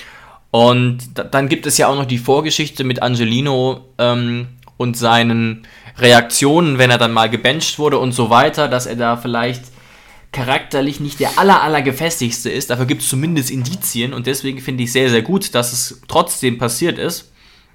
S2: Und da, dann gibt es ja auch noch die Vorgeschichte mit Angelino ähm, und seinen Reaktionen, wenn er dann mal gebencht wurde und so weiter, dass er da vielleicht charakterlich nicht der aller, aller gefestigste ist. Dafür gibt es zumindest Indizien und deswegen finde ich sehr, sehr gut, dass es trotzdem passiert ist.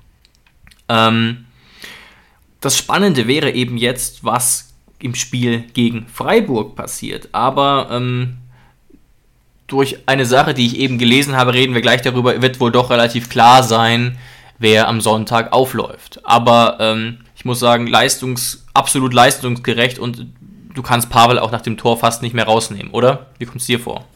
S2: Ähm, das Spannende wäre eben jetzt, was im Spiel gegen Freiburg passiert. Aber ähm, durch eine Sache, die ich eben gelesen habe, reden wir gleich darüber, wird wohl doch relativ klar sein, wer am Sonntag aufläuft. Aber ähm, ich muss sagen, leistungs, absolut leistungsgerecht und du kannst Pavel auch nach dem Tor fast nicht mehr rausnehmen, oder? Wie kommt es dir vor?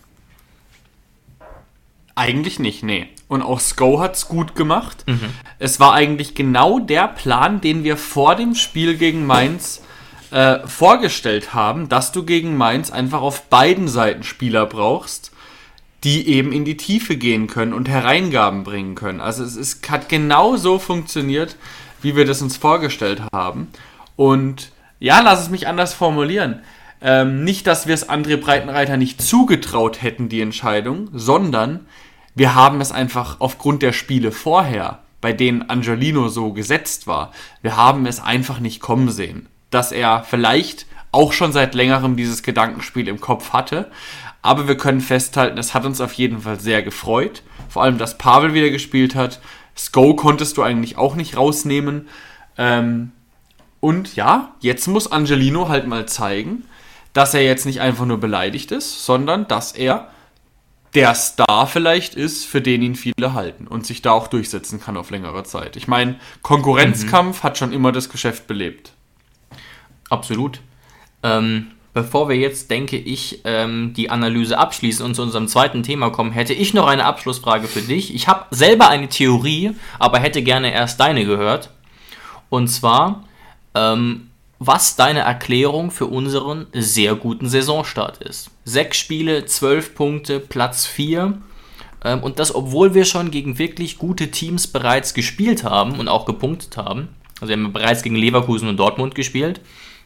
S3: Eigentlich nicht, nee. Und auch Sko hat es gut gemacht.
S2: Mhm.
S3: Es war eigentlich genau der Plan, den wir vor dem Spiel gegen Mainz äh, vorgestellt haben, dass du gegen Mainz einfach auf beiden Seiten Spieler brauchst, die eben in die Tiefe gehen können und Hereingaben bringen können. Also es ist, hat genau so funktioniert, wie wir das uns vorgestellt haben. Und ja, lass es mich anders formulieren. Ähm, nicht, dass wir es André Breitenreiter nicht zugetraut hätten, die Entscheidung, sondern wir haben es einfach aufgrund der Spiele vorher, bei denen Angelino so gesetzt war, wir haben es einfach nicht kommen sehen. Dass er vielleicht auch schon seit längerem dieses Gedankenspiel im Kopf hatte, aber wir können festhalten, es hat uns auf jeden Fall sehr gefreut. Vor allem, dass Pavel wieder gespielt hat. Sko konntest du eigentlich auch nicht rausnehmen. Ähm, Und ja, jetzt muss Angelino halt mal zeigen, dass er jetzt nicht einfach nur beleidigt ist, sondern dass er der Star vielleicht ist, für den ihn viele halten und sich da auch durchsetzen kann auf längere Zeit. Ich meine, Konkurrenzkampf mhm. hat schon immer das Geschäft belebt.
S2: Absolut. Ähm, bevor wir jetzt, denke ich, ähm, die Analyse abschließen und zu unserem zweiten Thema kommen, hätte ich noch eine Abschlussfrage für dich. Ich habe selber eine Theorie, aber hätte gerne erst deine gehört. Und zwar Ähm, was deine Erklärung für unseren sehr guten Saisonstart ist. Sechs Spiele, zwölf Punkte, Platz vier. Ähm, und das, obwohl wir schon gegen wirklich gute Teams bereits gespielt haben und auch gepunktet haben. Also wir haben bereits gegen Leverkusen und Dortmund gespielt.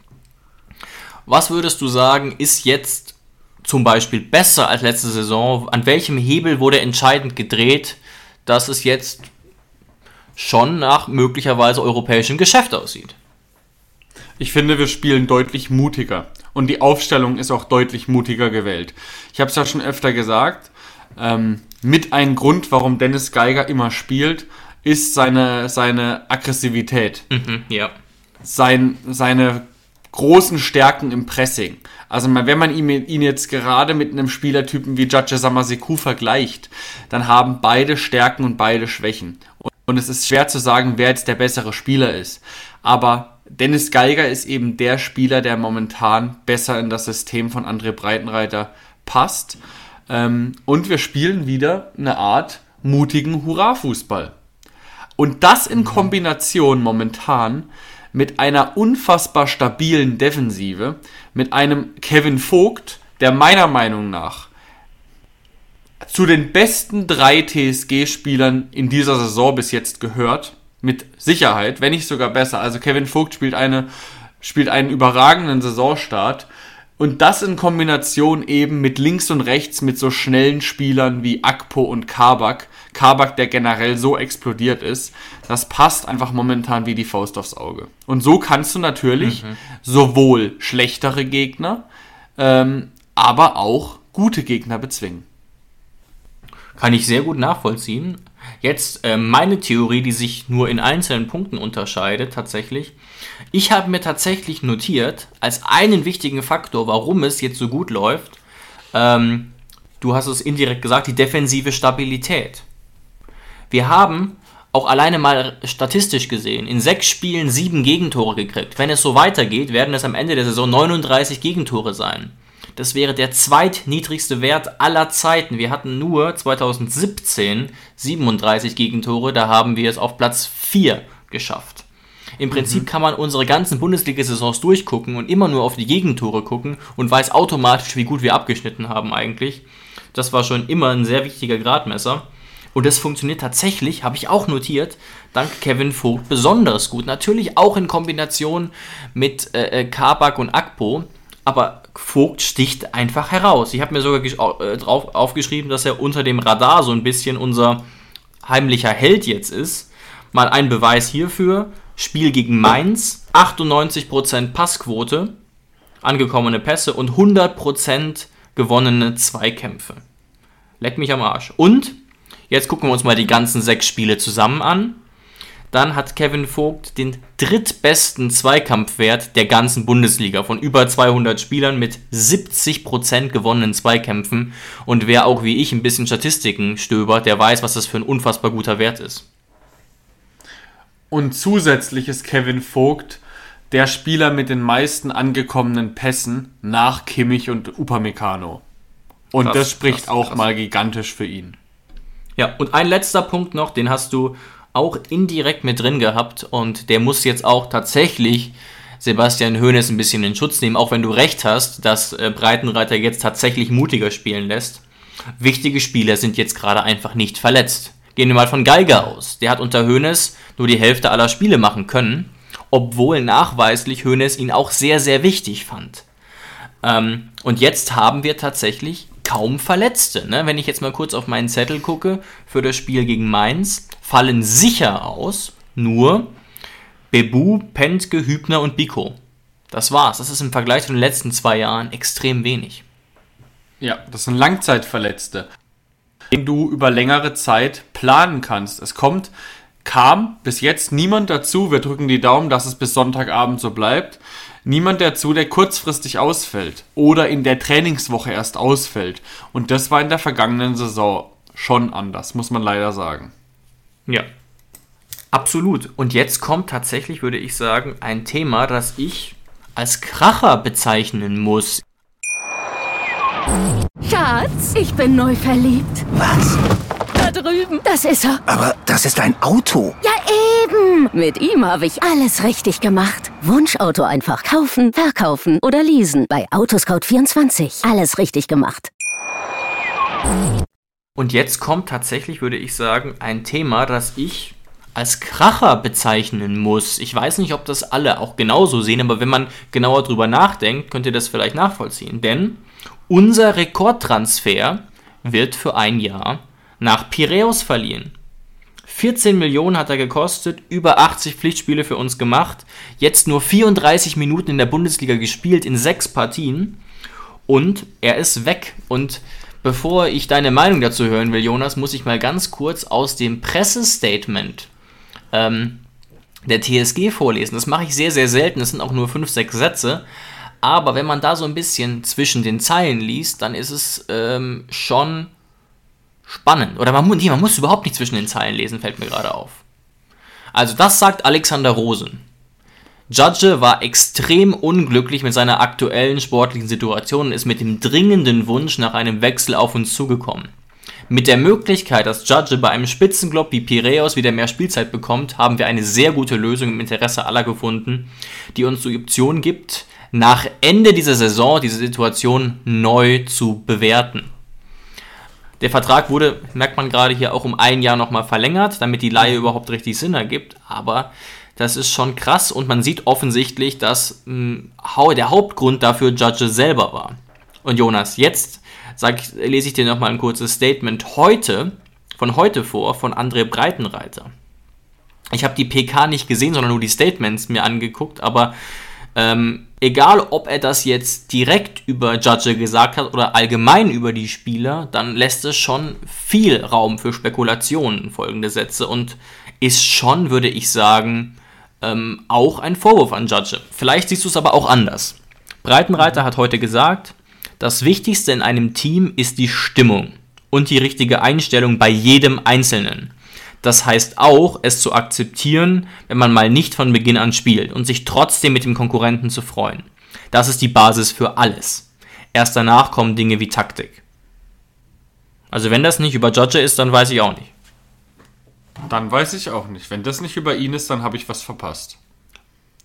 S2: Was würdest du sagen, ist jetzt zum Beispiel besser als letzte Saison? An welchem Hebel wurde entscheidend gedreht, dass es jetzt schon nach möglicherweise europäischem Geschäft aussieht?
S3: Ich finde, wir spielen deutlich mutiger und die Aufstellung ist auch deutlich mutiger gewählt. Ich habe es ja schon öfter gesagt, ähm, mit ein Grund, warum Dennis Geiger immer spielt, ist seine, seine Aggressivität.
S2: Mhm, ja.
S3: Sein, seine großen Stärken im Pressing. Also wenn man ihn, ihn jetzt gerade mit einem Spielertypen wie Jadje Samasekou vergleicht, dann haben beide Stärken und beide Schwächen. Und, und es ist schwer zu sagen, wer jetzt der bessere Spieler ist. Aber Dennis Geiger ist eben der Spieler, der momentan besser in das System von André Breitenreiter passt. Und wir spielen wieder eine Art mutigen Hurra-Fußball. Und das in Kombination momentan mit einer unfassbar stabilen Defensive, mit einem Kevin Vogt, der meiner Meinung nach zu den besten drei T S G-Spielern in dieser Saison bis jetzt gehört. Mit Sicherheit, wenn nicht sogar besser. Also Kevin Vogt spielt, eine, spielt einen überragenden Saisonstart. Und das in Kombination eben mit links und rechts mit so schnellen Spielern wie Akpo und Kabak. Kabak, der generell so explodiert ist. Das passt einfach momentan wie die Faust aufs Auge. Und so kannst du natürlich mhm. sowohl schlechtere Gegner, ähm, aber auch gute Gegner bezwingen.
S2: Kann ich sehr gut nachvollziehen. Jetzt äh, meine Theorie, die sich nur in einzelnen Punkten unterscheidet, tatsächlich. Ich habe mir tatsächlich notiert, als einen wichtigen Faktor, warum es jetzt so gut läuft, ähm, du hast es indirekt gesagt, die defensive Stabilität. Wir haben auch alleine mal statistisch gesehen in sechs Spielen sieben Gegentore gekriegt. Wenn es so weitergeht, werden es am Ende der Saison neununddreißig Gegentore sein. Das wäre der zweitniedrigste Wert aller Zeiten. Wir hatten nur zwanzig siebzehn siebenunddreißig Gegentore, da haben wir es auf Platz vier geschafft. Im Prinzip mhm. kann man unsere ganzen Bundesliga-Saisons durchgucken und immer nur auf die Gegentore gucken und weiß automatisch, wie gut wir abgeschnitten haben eigentlich. Das war schon immer ein sehr wichtiger Gradmesser. Und das funktioniert tatsächlich, habe ich auch notiert, dank Kevin Vogt besonders gut. Natürlich auch in Kombination mit äh, Kabak und Akpo, aber Vogt sticht einfach heraus. Ich habe mir sogar gesch- äh, drauf aufgeschrieben, dass er unter dem Radar so ein bisschen unser heimlicher Held jetzt ist. Mal ein Beweis hierfür, Spiel gegen Mainz, achtundneunzig Prozent Passquote, angekommene Pässe und hundert Prozent gewonnene Zweikämpfe. Leck mich am Arsch. Und jetzt gucken wir uns mal die ganzen sechs Spiele zusammen an. Dann hat Kevin Vogt den drittbesten Zweikampfwert der ganzen Bundesliga von über zweihundert Spielern mit siebzig Prozent gewonnenen Zweikämpfen. Und wer auch wie ich ein bisschen Statistiken stöbert, der weiß, was das für ein unfassbar guter Wert ist.
S3: Und zusätzlich ist Kevin Vogt der Spieler mit den meisten angekommenen Pässen nach Kimmich und Upamecano. Und krass, das spricht krass, auch krass. mal gigantisch für ihn.
S2: Ja, und ein letzter Punkt noch, den hast du auch indirekt mit drin gehabt und der muss jetzt auch tatsächlich Sebastian Hoeneß ein bisschen in Schutz nehmen, auch wenn du recht hast, dass äh, Breitenreiter jetzt tatsächlich mutiger spielen lässt. Wichtige Spieler sind jetzt gerade einfach nicht verletzt. Gehen wir mal von Geiger aus. Der hat unter Hoeneß nur die Hälfte aller Spiele machen können, obwohl nachweislich Hoeneß ihn auch sehr, sehr wichtig fand. Ähm, und jetzt haben wir tatsächlich kaum Verletzte. Ne? Wenn ich jetzt mal kurz auf meinen Zettel gucke, für das Spiel gegen Mainz, fallen sicher aus nur Bebu, Pentke, Hübner und Biko. Das war's. Das ist im Vergleich zu den letzten zwei Jahren extrem wenig.
S3: Ja, das sind Langzeitverletzte, den du über längere Zeit planen kannst. Es kommt, kam bis jetzt niemand dazu, wir drücken die Daumen, dass es bis Sonntagabend so bleibt, niemand dazu, der kurzfristig ausfällt oder in der Trainingswoche erst ausfällt. Und das war in der vergangenen Saison schon anders, muss man leider sagen.
S2: Ja, absolut. Und jetzt kommt tatsächlich, würde ich sagen, ein Thema, das ich als Kracher bezeichnen muss.
S4: Schatz, ich bin neu verliebt.
S5: Was?
S4: Da drüben. Das ist er.
S5: Aber das ist ein Auto.
S4: Ja, eben. Mit ihm habe ich alles richtig gemacht. Wunschauto einfach kaufen, verkaufen oder leasen. Bei Autoscout vierundzwanzig. Alles richtig gemacht.
S2: Und jetzt kommt tatsächlich, würde ich sagen, ein Thema, das ich als Kracher bezeichnen muss. Ich weiß nicht, ob das alle auch genauso sehen, aber wenn man genauer drüber nachdenkt, könnt ihr das vielleicht nachvollziehen. Denn unser Rekordtransfer wird für ein Jahr nach Piräus verliehen. vierzehn Millionen hat er gekostet, über achtzig Pflichtspiele für uns gemacht, jetzt nur vierunddreißig Minuten in der Bundesliga gespielt in sechs Partien und er ist weg. Und bevor ich deine Meinung dazu hören will, Jonas, muss ich mal ganz kurz aus dem Pressestatement ähm, der T S G vorlesen. Das mache ich sehr, sehr selten, das sind auch nur fünf, sechs Sätze. Aber wenn man da so ein bisschen zwischen den Zeilen liest, dann ist es ähm, schon spannend. Oder man, nee, man muss überhaupt nicht zwischen den Zeilen lesen, fällt mir gerade auf. Also das sagt Alexander Rosen. Judge war extrem unglücklich mit seiner aktuellen sportlichen Situation und ist mit dem dringenden Wunsch nach einem Wechsel auf uns zugekommen. Mit der Möglichkeit, dass Judge bei einem Spitzenclub wie Piräus wieder mehr Spielzeit bekommt, haben wir eine sehr gute Lösung im Interesse aller gefunden, die uns die Option gibt, nach Ende dieser Saison diese Situation neu zu bewerten. Der Vertrag wurde, merkt man gerade hier, auch um ein Jahr nochmal verlängert, damit die Leihe überhaupt richtig Sinn ergibt, aber das ist schon krass und man sieht offensichtlich, dass mh, der Hauptgrund dafür Judge selber war. Und Jonas, jetzt sag, lese ich dir nochmal ein kurzes Statement heute, von heute vor, von André Breitenreiter. Ich habe die P K nicht gesehen, sondern nur die Statements mir angeguckt, aber ähm, egal, ob er das jetzt direkt über Judge gesagt hat oder allgemein über die Spieler, dann lässt es schon viel Raum für Spekulationen, folgende Sätze, und ist schon, würde ich sagen, ähm, auch ein Vorwurf an Judge. Vielleicht siehst du es aber auch anders. Breitenreiter hat heute gesagt, das Wichtigste in einem Team ist die Stimmung und die richtige Einstellung bei jedem Einzelnen. Das heißt auch, es zu akzeptieren, wenn man mal nicht von Beginn an spielt und sich trotzdem mit dem Konkurrenten zu freuen. Das ist die Basis für alles. Erst danach kommen Dinge wie Taktik. Also wenn das nicht über Judge ist, dann weiß ich auch nicht.
S3: Dann weiß ich auch nicht. Wenn das nicht über ihn ist, dann habe ich was verpasst.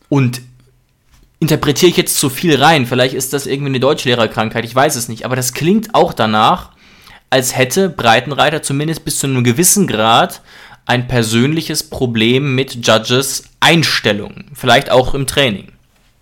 S2: Und interpretiere ich jetzt zu viel rein, vielleicht ist das irgendwie eine Deutschlehrerkrankheit, ich weiß es nicht, aber das klingt auch danach, als hätte Breitenreiter zumindest bis zu einem gewissen Grad ein persönliches Problem mit Judges Einstellung, vielleicht auch im Training.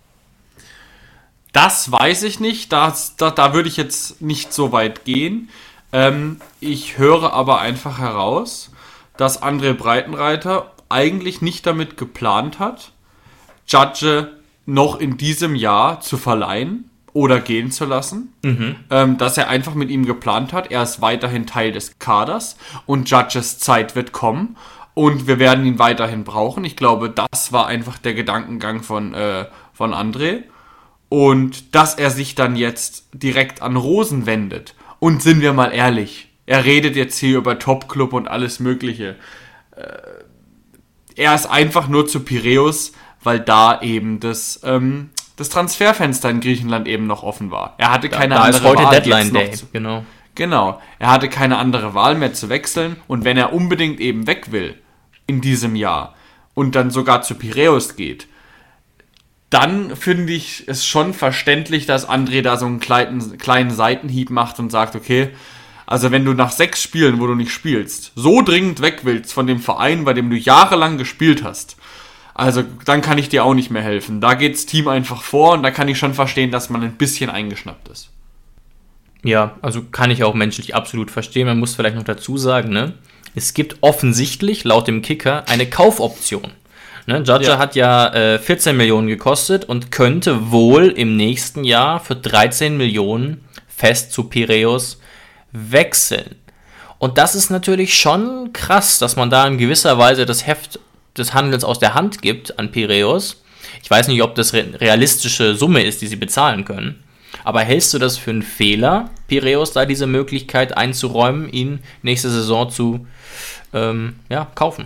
S3: Das weiß ich nicht, das, da, da würde ich jetzt nicht so weit gehen. Ähm, ich höre aber einfach heraus, dass André Breitenreiter eigentlich nicht damit geplant hat, Judge noch in diesem Jahr zu verleihen oder gehen zu lassen. Mhm. Ähm, dass er einfach mit ihm geplant hat, er ist weiterhin Teil des Kaders und Judges Zeit wird kommen und wir werden ihn weiterhin brauchen. Ich glaube, das war einfach der Gedankengang von, äh, von André. Und dass er sich dann jetzt direkt an Rosen wendet. Und sind wir mal ehrlich, er redet jetzt hier über Top-Club und alles Mögliche. Äh, er ist einfach nur zu Piräus, weil da eben das, ähm, das Transferfenster in Griechenland eben noch offen war. Er hatte keine
S2: da, da
S3: andere
S2: ist heute
S3: Wahl.
S2: Deadline Day,
S3: zu,
S2: genau.
S3: Genau, er hatte keine andere Wahl mehr zu wechseln. Und wenn er unbedingt eben weg will in diesem Jahr und dann sogar zu Piräus geht, dann finde ich es schon verständlich, dass André da so einen kleinen, kleinen Seitenhieb macht und sagt, okay, also wenn du nach sechs Spielen, wo du nicht spielst, so dringend weg willst von dem Verein, bei dem du jahrelang gespielt hast, also dann kann ich dir auch nicht mehr helfen. Da geht's Team einfach vor und da kann ich schon verstehen, dass man ein bisschen eingeschnappt ist.
S2: Ja, also kann ich auch menschlich absolut verstehen. Man muss vielleicht noch dazu sagen, ne, es gibt offensichtlich laut dem Kicker eine Kaufoption. Ne, Judge ja. hat ja äh, vierzehn Millionen gekostet und könnte wohl im nächsten Jahr für dreizehn Millionen fest zu Piräus wechseln. Und das ist natürlich schon krass, dass man da in gewisser Weise das Heft des Handels aus der Hand gibt an Piräus. Ich weiß nicht, ob das eine realistische Summe ist, die sie bezahlen können. Aber hältst du das für einen Fehler, Piräus da diese Möglichkeit einzuräumen, ihn nächste Saison zu ähm, ja, kaufen?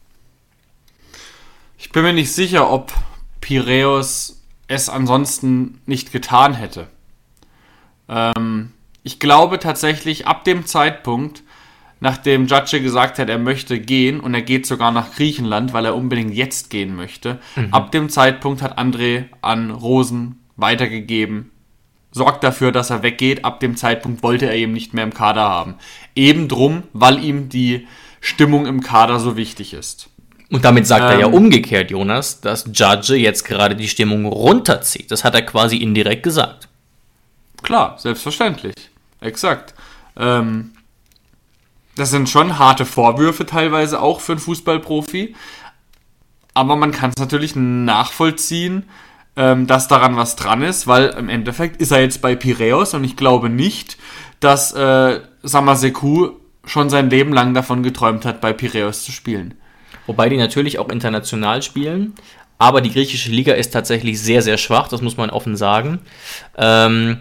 S3: Ich bin mir nicht sicher, ob Piräus es ansonsten nicht getan hätte. Ähm, ich glaube tatsächlich, ab dem Zeitpunkt, nachdem Judge gesagt hat, er möchte gehen und er geht sogar nach Griechenland, weil er unbedingt jetzt gehen möchte, mhm. ab dem Zeitpunkt hat André an Rosen weitergegeben, sorgt dafür, dass er weggeht. Ab dem Zeitpunkt wollte er ihn nicht mehr im Kader haben. Eben drum, weil ihm die Stimmung im Kader so wichtig ist.
S2: Und damit sagt
S3: ähm,
S2: er ja umgekehrt, Jonas, dass Judge jetzt gerade die Stimmung runterzieht. Das hat er quasi indirekt gesagt.
S3: Klar, selbstverständlich. Exakt. Ähm, das sind schon harte Vorwürfe teilweise auch für einen Fußballprofi. Aber man kann es natürlich nachvollziehen, ähm, dass daran was dran ist, weil im Endeffekt ist er jetzt bei Piräus und ich glaube nicht, dass äh, Samaseku schon sein Leben lang davon geträumt hat, bei Piräus zu spielen.
S2: Wobei die natürlich auch international spielen, aber die griechische Liga ist tatsächlich sehr, sehr schwach, das muss man offen sagen. Ähm,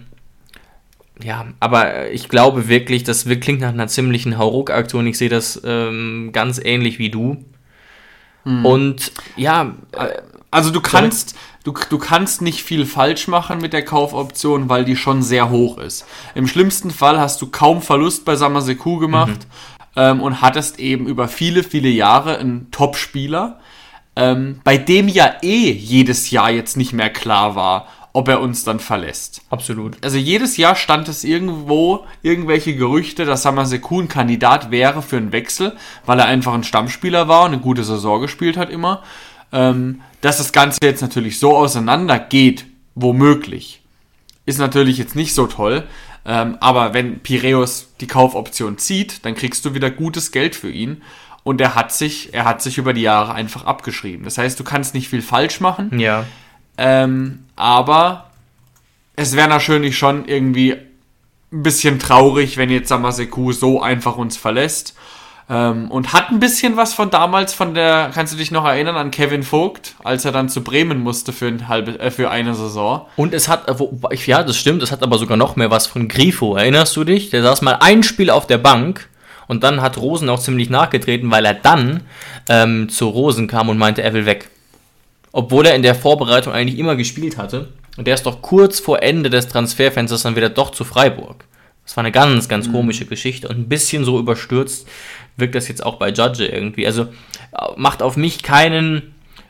S2: ja, aber ich glaube wirklich, das klingt nach einer ziemlichen Hauruck-Aktion. Ich sehe das ähm, ganz ähnlich wie du. Hm. Und ja, äh,
S3: also du kannst, du, du kannst nicht viel falsch machen mit der Kaufoption, weil die schon sehr hoch ist. Im schlimmsten Fall hast du kaum Verlust bei Samaseku gemacht. Mhm. Ähm, und hattest eben über viele, viele Jahre einen Top-Spieler, ähm, bei dem ja eh jedes Jahr jetzt nicht mehr klar war, ob er uns dann verlässt.
S2: Absolut.
S3: Also jedes Jahr stand es irgendwo, irgendwelche Gerüchte, dass Samaseku ein Kandidat wäre für einen Wechsel, weil er einfach ein Stammspieler war und eine gute Saison gespielt hat immer. Ähm, dass das Ganze jetzt natürlich so auseinandergeht, womöglich, ist natürlich jetzt nicht so toll. Ähm, aber wenn Piräus die Kaufoption zieht, dann kriegst du wieder gutes Geld für ihn. Und er hat sich, er hat sich über die Jahre einfach abgeschrieben. Das heißt, du kannst nicht viel falsch machen.
S2: Ja.
S3: Ähm, aber es wäre natürlich schon irgendwie ein bisschen traurig, wenn jetzt Samaseku so einfach uns verlässt. Ähm, und hat ein bisschen was von damals, von der, kannst du dich noch erinnern an Kevin Vogt, als er dann zu Bremen musste für, ein halbe, äh, für eine Saison.
S2: Und es hat, ja, das stimmt, es hat aber sogar noch mehr was von Grifo, erinnerst du dich? Der saß mal ein Spiel auf der Bank und dann hat Rosen auch ziemlich nachgetreten, weil er dann ähm, zu Rosen kam und meinte, er will weg. Obwohl er in der Vorbereitung eigentlich immer gespielt hatte. Und der ist doch kurz vor Ende des Transferfensters dann wieder doch zu Freiburg. Das war eine ganz, ganz mhm. komische Geschichte und ein bisschen so überstürzt wirkt das jetzt auch bei Judge irgendwie. Also macht auf mich keinen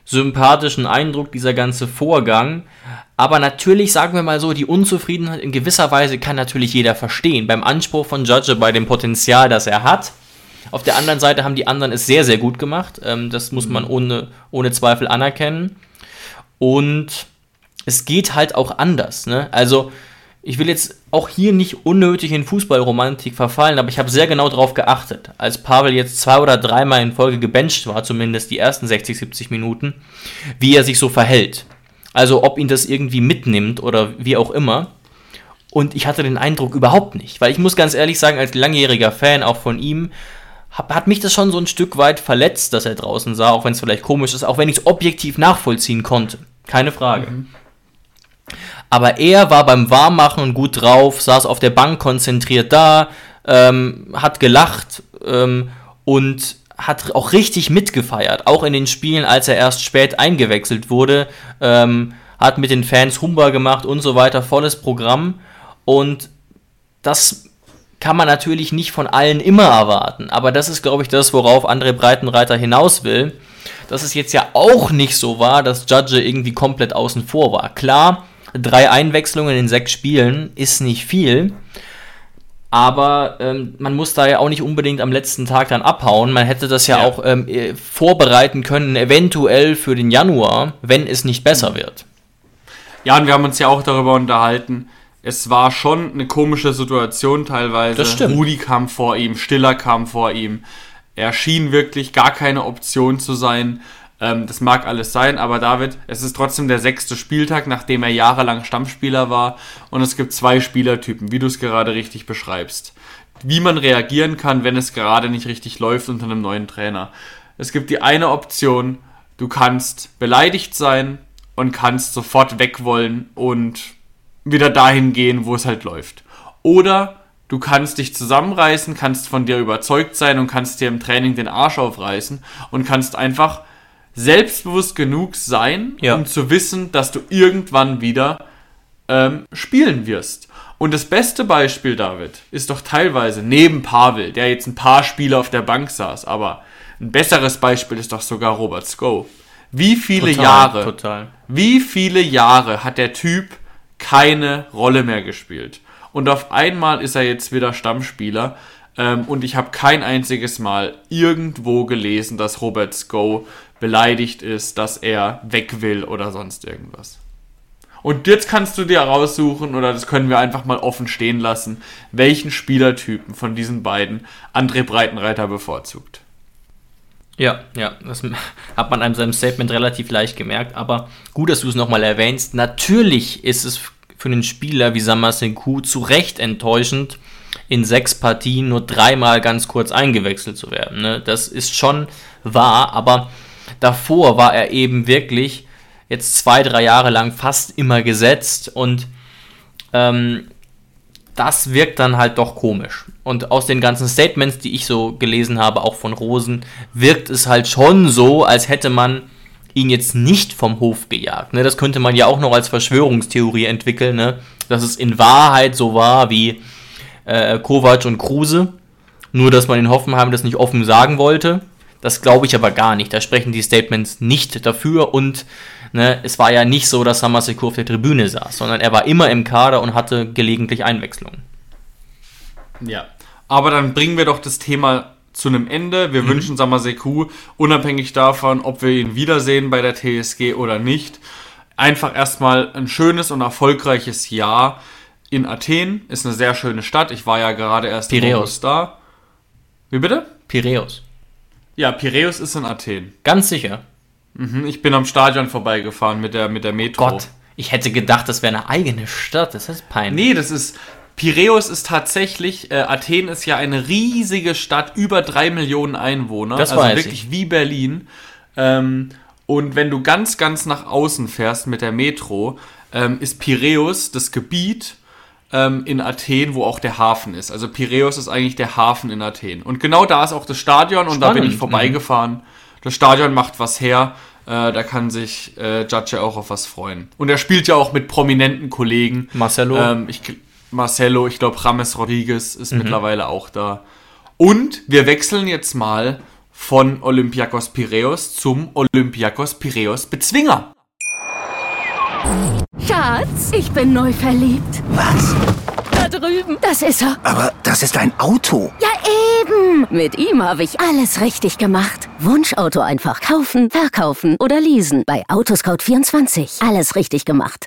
S2: sympathischen Eindruck, dieser ganze Vorgang. Aber natürlich, sagen wir mal so, die Unzufriedenheit in gewisser Weise kann natürlich jeder verstehen. Beim Anspruch von Judge, bei dem Potenzial, das er hat. Auf der anderen Seite haben die anderen es sehr, sehr gut gemacht. Ähm, das muss man ohne, ohne Zweifel anerkennen. Und es geht halt auch anders. Ne? Also ich will jetzt auch hier nicht unnötig in Fußballromantik verfallen, aber ich habe sehr genau darauf geachtet, als Pavel jetzt zwei oder dreimal in Folge gebencht war, zumindest die ersten sechzig, siebzig Minuten, wie er sich so verhält. Also ob ihn das irgendwie mitnimmt oder wie auch immer. Und ich hatte den Eindruck überhaupt nicht, weil ich muss ganz ehrlich sagen, als langjähriger Fan auch von ihm, hab, hat mich das schon so ein Stück weit verletzt, dass er draußen sah, auch wenn es vielleicht komisch ist, auch wenn ich es objektiv nachvollziehen konnte. Keine Frage. Mhm. Aber er war beim Warmmachen gut drauf, saß auf der Bank konzentriert da, ähm, hat gelacht ähm, und hat auch richtig mitgefeiert. Auch in den Spielen, als er erst spät eingewechselt wurde, ähm, hat mit den Fans Humba gemacht und so weiter, volles Programm. Und das kann man natürlich nicht von allen immer erwarten. Aber das ist, glaube ich, das, worauf André Breitenreiter hinaus will. Dass es jetzt ja auch nicht so war, dass Judge irgendwie komplett außen vor war. Klar, drei Einwechslungen in sechs Spielen ist nicht viel, aber ähm, man muss da ja auch nicht unbedingt am letzten Tag dann abhauen. Man hätte das ja, ja. auch ähm, vorbereiten können, eventuell für den Januar, wenn es nicht besser wird.
S3: Ja, und wir haben uns ja auch darüber unterhalten, es war schon eine komische Situation teilweise.
S2: Das stimmt.
S3: Rudi kam vor ihm, Stiller kam vor ihm. Er schien wirklich gar keine Option zu sein. Ähm, das mag alles sein, aber David, es ist trotzdem der sechste Spieltag, nachdem er jahrelang Stammspieler war. Und es gibt zwei Spielertypen, wie du es gerade richtig beschreibst. Wie man reagieren kann, wenn es gerade nicht richtig läuft unter einem neuen Trainer. Es gibt die eine Option, du kannst beleidigt sein und kannst sofort weg wollen und wieder dahin gehen, wo es halt läuft. Oder du kannst dich zusammenreißen, kannst von dir überzeugt sein und kannst dir im Training den Arsch aufreißen und kannst einfach selbstbewusst genug sein, ja. um zu wissen, dass du irgendwann wieder ähm, spielen wirst. Und das beste Beispiel, David, ist doch teilweise neben Pavel, der jetzt ein paar Spiele auf der Bank saß, aber ein besseres Beispiel ist doch sogar Robert Sko. Wie viele
S2: total,
S3: Jahre,
S2: total.
S3: wie viele Jahre hat der Typ keine Rolle mehr gespielt? Und auf einmal ist er jetzt wieder Stammspieler. Ähm, und ich habe kein einziges Mal irgendwo gelesen, dass Robert Sko beleidigt ist, dass er weg will oder sonst irgendwas. Und jetzt kannst du dir raussuchen, oder das können wir einfach mal offen stehen lassen, welchen Spielertypen von diesen beiden André Breitenreiter bevorzugt.
S2: Ja, ja, das hat man an seinem Statement relativ leicht gemerkt, aber gut, dass du es nochmal erwähnst. Natürlich ist es für einen Spieler wie Samassekou zu Recht enttäuschend, in sechs Partien nur dreimal ganz kurz eingewechselt zu werden. Ne? Das ist schon wahr, aber davor war er eben wirklich jetzt zwei, drei Jahre lang fast immer gesetzt und ähm, das wirkt dann halt doch komisch. Und aus den ganzen Statements, die ich so gelesen habe, auch von Rosen, wirkt es halt schon so, als hätte man ihn jetzt nicht vom Hof gejagt. Ne? Das könnte man ja auch noch als Verschwörungstheorie entwickeln, ne? Dass es in Wahrheit so war wie äh, Kovac und Kruse, nur dass man in Hoffenheim das nicht offen sagen wollte. Das glaube ich aber gar nicht. Da sprechen die Statements nicht dafür und ne, es war ja nicht so, dass Samassekou auf der Tribüne saß, sondern er war immer im Kader und hatte gelegentlich Einwechslungen.
S3: Ja, aber dann bringen wir doch das Thema zu einem Ende. Wir mhm. wünschen Samassekou, unabhängig davon, ob wir ihn wiedersehen bei der T S G oder nicht, einfach erstmal ein schönes und erfolgreiches Jahr in Athen. Ist eine sehr schöne Stadt. Ich war ja gerade erst
S2: Piräus.
S3: im August da. Wie bitte?
S2: Piräus.
S3: Ja, Piräus ist in Athen.
S2: Ganz sicher.
S3: Mhm, ich bin am Stadion vorbeigefahren mit der, mit der Metro.
S2: Gott, ich hätte gedacht, das wäre eine eigene Stadt. Das ist peinlich.
S3: Nee, das ist... Piräus ist tatsächlich, äh, Athen ist ja eine riesige Stadt, über drei Millionen Einwohner.
S2: Das
S3: also
S2: weiß
S3: wirklich
S2: ich.
S3: Wie Berlin. Ähm, und wenn du ganz, ganz nach außen fährst mit der Metro, ähm, ist Piräus das Gebiet ähm, in Athen, wo auch der Hafen ist. Also Piräus ist eigentlich der Hafen in Athen. Und genau da ist auch das Stadion und Spannend. Da bin ich vorbeigefahren. Mhm. Das Stadion macht was her. Äh, da kann sich äh, Judge auch auf was freuen. Und er spielt ja auch mit prominenten Kollegen.
S2: Marcelo.
S3: Ähm, ich Marcelo, ich glaube James Rodriguez ist mhm. mittlerweile auch da. Und wir wechseln jetzt mal von Olympiakos Piräus zum Olympiakos Piräus Bezwinger.
S4: Schatz, ich bin neu verliebt.
S5: Was?
S4: Da drüben. Das ist er.
S5: Aber das ist ein Auto.
S4: Ja, eben. Mit ihm habe ich alles richtig gemacht. Wunschauto einfach kaufen, verkaufen oder leasen. Bei Autoscout vierundzwanzig. Alles richtig gemacht.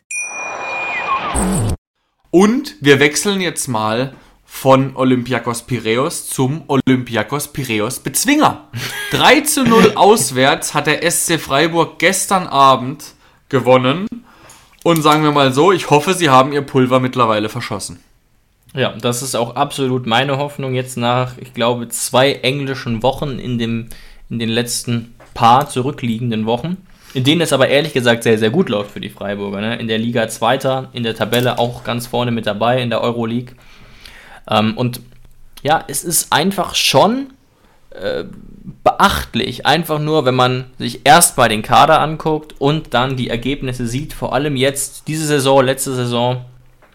S3: Und wir wechseln jetzt mal von Olympiakos Piräus zum Olympiakos Piräus Bezwinger. drei zu null auswärts hat der S C Freiburg gestern Abend gewonnen. Und sagen wir mal so, ich hoffe, sie haben ihr Pulver mittlerweile verschossen.
S2: Ja, das ist auch absolut meine Hoffnung jetzt nach, ich glaube, zwei englischen Wochen in, dem, in den letzten paar zurückliegenden Wochen, in denen es aber ehrlich gesagt sehr, sehr gut läuft für die Freiburger. Ne? In der Liga Zweiter, in der Tabelle auch ganz vorne mit dabei, in der Euroleague. Ähm, und ja, es ist einfach schon äh, beachtlich, einfach nur, wenn man sich erst mal den Kader anguckt und dann die Ergebnisse sieht, vor allem jetzt, diese Saison, letzte Saison.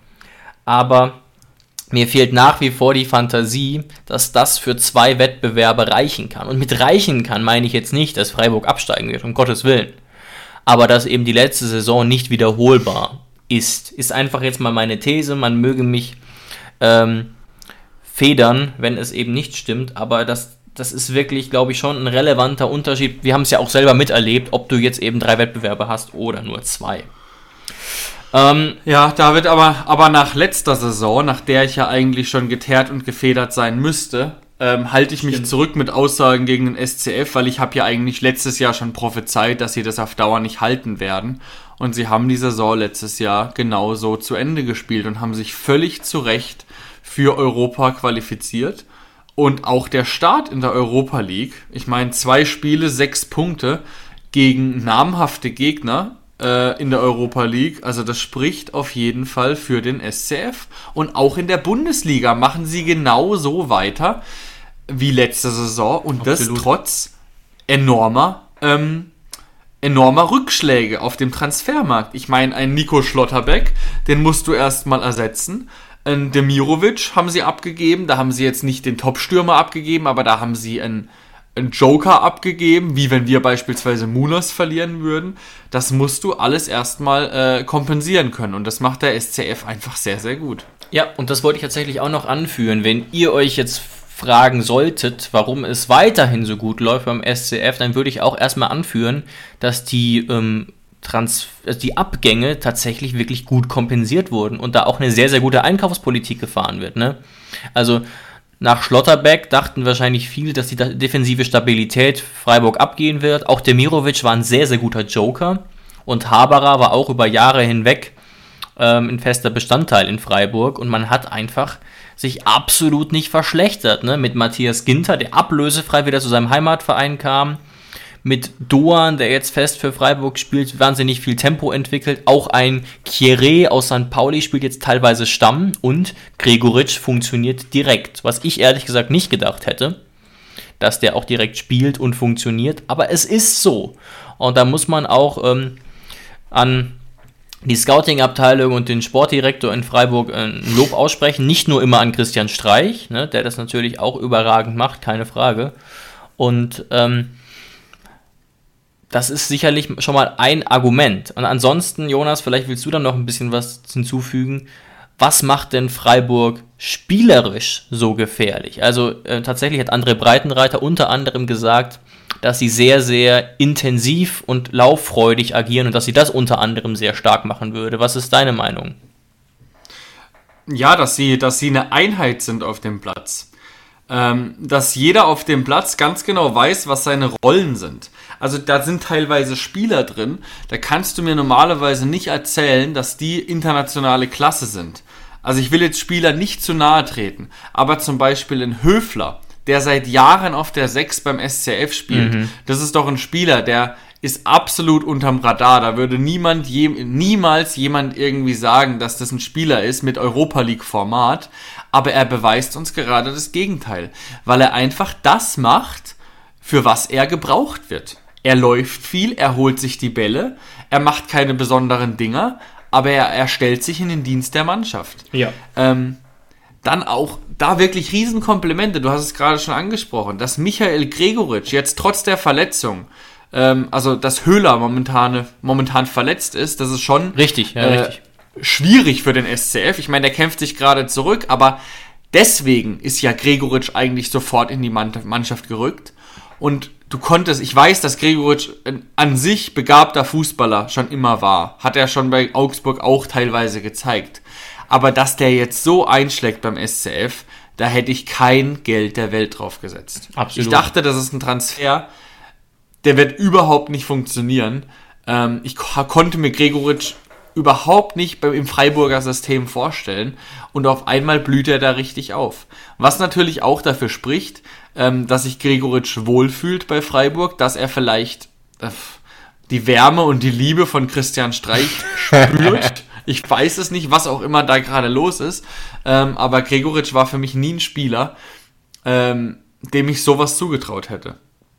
S2: Aber mir fehlt nach wie vor die Fantasie, dass das für zwei Wettbewerbe reichen kann. Und mit reichen kann meine ich jetzt nicht, dass Freiburg absteigen wird, um Gottes Willen. Aber dass eben die letzte Saison nicht wiederholbar ist, ist einfach jetzt mal meine These. Man möge mich ähm, federn, wenn es eben nicht stimmt. Aber das, das ist wirklich, glaube ich, schon ein relevanter Unterschied. Wir haben es ja auch selber miterlebt, ob du jetzt eben drei Wettbewerbe hast oder nur zwei. Ähm,
S3: ja, David, aber, aber nach letzter Saison, nach der ich ja eigentlich schon geteert und gefedert sein müsste, ähm, halte ich mich stimmt. zurück mit Aussagen gegen den S C F, weil ich habe ja eigentlich letztes Jahr schon prophezeit, dass sie das auf Dauer nicht halten werden. Und sie haben die Saison letztes Jahr genauso zu Ende gespielt und haben sich völlig zu Recht für Europa qualifiziert. Und auch der Start in der Europa League, ich meine, zwei Spiele, sechs Punkte gegen namhafte Gegner in der Europa League, also das spricht auf jeden Fall für den S C F. Und auch in der Bundesliga machen sie genau so weiter wie letzte Saison und Absolut. Das trotz enormer ähm, enormer Rückschläge auf dem Transfermarkt. Ich meine, ein Nico Schlotterbeck, den musst du erstmal ersetzen. Ein Demirovic haben sie abgegeben, da haben sie jetzt nicht den Top-Stürmer abgegeben, aber da haben sie einen einen Joker abgegeben, wie wenn wir beispielsweise Munoz verlieren würden. Das musst du alles erstmal äh, kompensieren können und das macht der S C F einfach sehr, sehr gut.
S2: Ja, und das wollte ich tatsächlich auch noch anführen. Wenn ihr euch jetzt fragen solltet, warum es weiterhin so gut läuft beim S C F, dann würde ich auch erstmal anführen, dass die, ähm, Trans- also die Abgänge tatsächlich wirklich gut kompensiert wurden und da auch eine sehr, sehr gute Einkaufspolitik gefahren wird. Ne? Also nach Schlotterbeck dachten wahrscheinlich viele, dass die defensive Stabilität Freiburg abgehen wird. Auch Demirovic war ein sehr, sehr guter Joker. Und Haberer war auch über Jahre hinweg ähm, ein fester Bestandteil in Freiburg. Und man hat einfach sich absolut nicht verschlechtert. Ne? Mit Matthias Ginter, der ablösefrei wieder zu seinem Heimatverein kam. Mit Doan, der jetzt fest für Freiburg spielt, wahnsinnig viel Tempo entwickelt. Auch ein Kieré aus Sankt Pauli spielt jetzt teilweise Stamm und Gregoritsch funktioniert direkt. Was ich ehrlich gesagt nicht gedacht hätte, dass der auch direkt spielt und funktioniert. Aber es ist so. Und da muss man auch ähm, an die Scouting-Abteilung und den Sportdirektor in Freiburg ein Lob aussprechen. Nicht nur immer an Christian Streich, ne, der das natürlich auch überragend macht, keine Frage. Und ähm, das ist sicherlich schon mal ein Argument. Und ansonsten, Jonas, vielleicht willst du dann noch ein bisschen was hinzufügen. Was macht denn Freiburg spielerisch so gefährlich? Also äh, tatsächlich hat André Breitenreiter unter anderem gesagt, dass sie sehr, sehr intensiv und lauffreudig agieren und dass sie das unter anderem sehr stark machen würde. Was ist deine Meinung?
S3: Ja, dass sie, dass sie eine Einheit sind auf dem Platz. Ähm, dass jeder auf dem Platz ganz genau weiß, was seine Rollen sind. Also da sind teilweise Spieler drin, da kannst du mir normalerweise nicht erzählen, dass die internationale Klasse sind. Also ich will jetzt Spieler nicht zu nahe treten, aber zum Beispiel ein Höfler, der seit Jahren auf der sechs beim S C F spielt, mhm. das ist doch ein Spieler, der ist absolut unterm Radar. Da würde niemand je, niemals jemand irgendwie sagen, dass das ein Spieler ist mit Europa League Format, aber er beweist uns gerade das Gegenteil, weil er einfach das macht, für was er gebraucht wird. Er läuft viel, er holt sich die Bälle, er macht keine besonderen Dinger, aber er, er stellt sich in den Dienst der Mannschaft.
S2: Ja.
S3: Ähm, dann auch da wirklich Riesenkomplimente, du hast es gerade schon angesprochen, dass Michael Gregoritsch jetzt trotz der Verletzung, ähm, also dass Höhler momentan, momentan verletzt ist, das ist schon
S2: richtig, ja,
S3: äh,
S2: richtig.
S3: schwierig für den S C F. Ich meine, der kämpft sich gerade zurück, aber deswegen ist ja Gregoritsch eigentlich sofort in die Mannschaft gerückt. Und du konntest, ich weiß, dass Gregoritsch an sich begabter Fußballer schon immer war. Hat er schon bei Augsburg auch teilweise gezeigt. Aber dass der jetzt so einschlägt beim S C F, da hätte ich kein Geld der Welt drauf gesetzt.
S2: Absolut.
S3: Ich dachte, das ist ein Transfer, der wird überhaupt nicht funktionieren. Ähm, ich ko- konnte mir Gregoritsch überhaupt nicht beim, im Freiburger System vorstellen und auf einmal blüht er da richtig auf. Was natürlich auch dafür spricht, ähm, dass sich Gregoritsch wohlfühlt bei Freiburg, dass er vielleicht äh, die Wärme und die Liebe von Christian Streich spürt. Ich weiß es nicht, was auch immer da gerade los ist, ähm, aber Gregoritsch war für mich nie ein Spieler, ähm, dem ich sowas zugetraut hätte.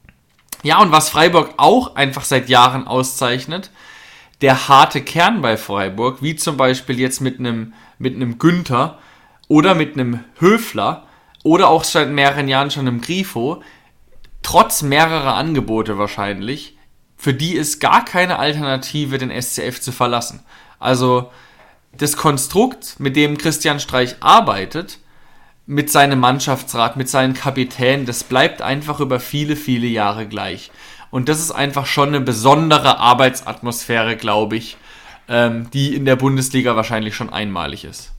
S3: Ja, und was Freiburg auch einfach seit Jahren auszeichnet, der harte Kern bei Freiburg, wie zum Beispiel jetzt mit einem mit einem Günther oder mit einem Höfler oder auch seit mehreren Jahren schon einem Grifo, trotz mehrerer Angebote wahrscheinlich, für die ist gar keine Alternative, den S C F zu verlassen. Also das Konstrukt, mit dem Christian Streich arbeitet, mit seinem Mannschaftsrat, mit seinen Kapitänen, das bleibt einfach über viele, viele Jahre gleich. Und das ist einfach schon eine besondere Arbeitsatmosphäre, glaube ich, ähm, die in der Bundesliga wahrscheinlich schon einmalig ist.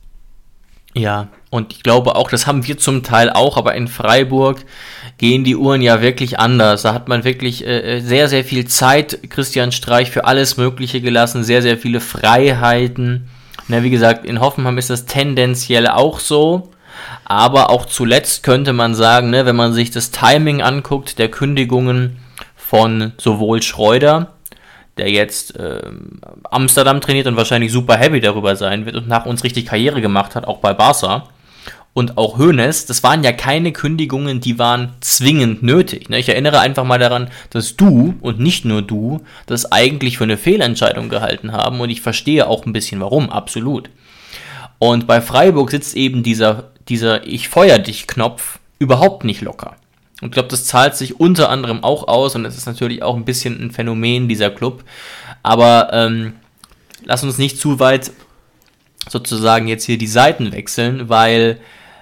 S2: Ja, und ich glaube auch, das haben wir zum Teil auch, aber in Freiburg gehen die Uhren ja wirklich anders. Da hat man wirklich äh, sehr, sehr viel Zeit, Christian Streich, für alles Mögliche gelassen, sehr, sehr viele Freiheiten. Na, wie gesagt, in Hoffenheim ist das tendenziell auch so, aber auch zuletzt könnte man sagen, ne, wenn man sich das Timing anguckt, der Kündigungen von sowohl Schreuder, der jetzt äh, Amsterdam trainiert und wahrscheinlich super happy darüber sein wird und nach uns richtig Karriere gemacht hat, auch bei Barca. Und auch Hoeneß, das waren ja keine Kündigungen, die waren zwingend nötig. Ne? Ich erinnere einfach mal daran, dass du und nicht nur du das eigentlich für eine Fehlentscheidung gehalten haben und ich verstehe auch ein bisschen warum, absolut. Und bei Freiburg sitzt eben dieser, dieser Ich-feuer-dich-Knopf überhaupt nicht locker. Und ich glaube, das zahlt sich unter anderem auch aus und es ist natürlich auch ein bisschen ein Phänomen dieser Club. Aber ähm, lass uns nicht zu weit sozusagen jetzt hier die Seiten wechseln, weil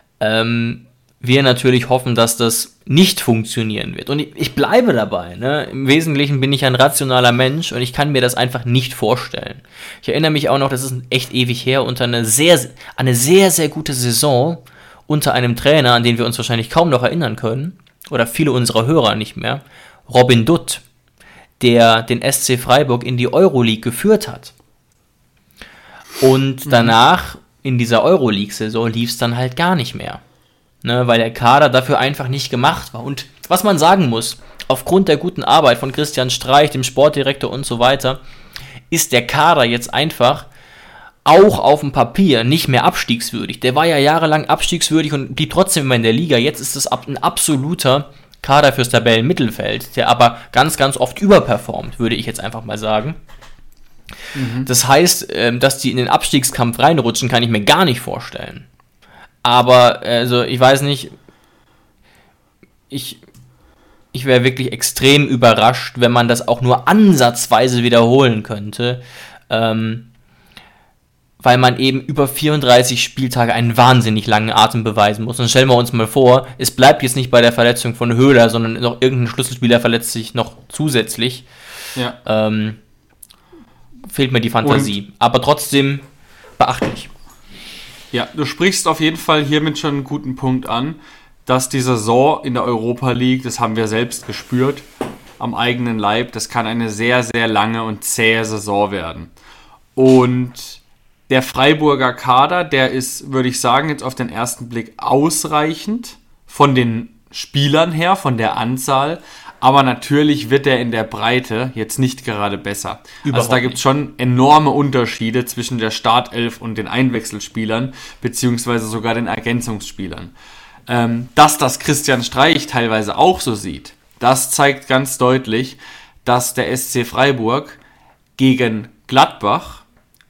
S2: ähm, wir natürlich hoffen, dass das nicht funktionieren wird. Und ich, ich bleibe dabei. Ne? Im Wesentlichen bin ich ein rationaler Mensch und ich kann mir das einfach nicht vorstellen. Ich erinnere mich auch noch, das ist echt ewig her, unter eine sehr, eine sehr, sehr gute Saison unter einem Trainer, an den wir uns wahrscheinlich kaum noch erinnern können, oder viele unserer Hörer nicht mehr, Robin Dutt, der den S C Freiburg in die Euroleague geführt hat. Und danach, in dieser Euroleague-Saison, lief es dann halt gar nicht mehr. Ne, weil der Kader dafür einfach nicht gemacht war. Und was man sagen muss, aufgrund der guten Arbeit von Christian Streich, dem Sportdirektor und so weiter, ist der Kader jetzt einfach auch auf dem Papier nicht mehr abstiegswürdig. Der war ja jahrelang abstiegswürdig und blieb trotzdem immer in der Liga. Jetzt ist es ein absoluter Kader fürs Tabellenmittelfeld, der aber ganz, ganz oft überperformt, würde ich jetzt einfach mal sagen. Mhm. Das heißt, dass die in den Abstiegskampf reinrutschen, kann ich mir gar nicht vorstellen. Aber, also, ich weiß nicht, ich, ich wäre wirklich extrem überrascht, wenn man das auch nur ansatzweise wiederholen könnte. Ähm, weil man eben über vierunddreißig Spieltage einen wahnsinnig langen Atem beweisen muss. Und stellen wir uns mal vor, es bleibt jetzt nicht bei der Verletzung von Höhler, sondern noch irgendein Schlüsselspieler verletzt sich noch zusätzlich.
S3: Ja.
S2: Ähm, fehlt mir die Fantasie. Und aber trotzdem beachtlich.
S3: Ja, du sprichst auf jeden Fall hiermit schon einen guten Punkt an, dass die Saison in der Europa League, das haben wir selbst gespürt, am eigenen Leib, das kann eine sehr, sehr lange und zähe Saison werden. Und der Freiburger Kader, der ist, würde ich sagen, jetzt auf den ersten Blick ausreichend von den Spielern her, von der Anzahl, aber natürlich wird er in der Breite jetzt nicht gerade besser. Überhaupt also da gibt es schon enorme Unterschiede zwischen der Startelf und den Einwechselspielern, beziehungsweise sogar den Ergänzungsspielern. Ähm, dass das Christian Streich teilweise auch so sieht, das zeigt ganz deutlich, dass der S C Freiburg gegen Gladbach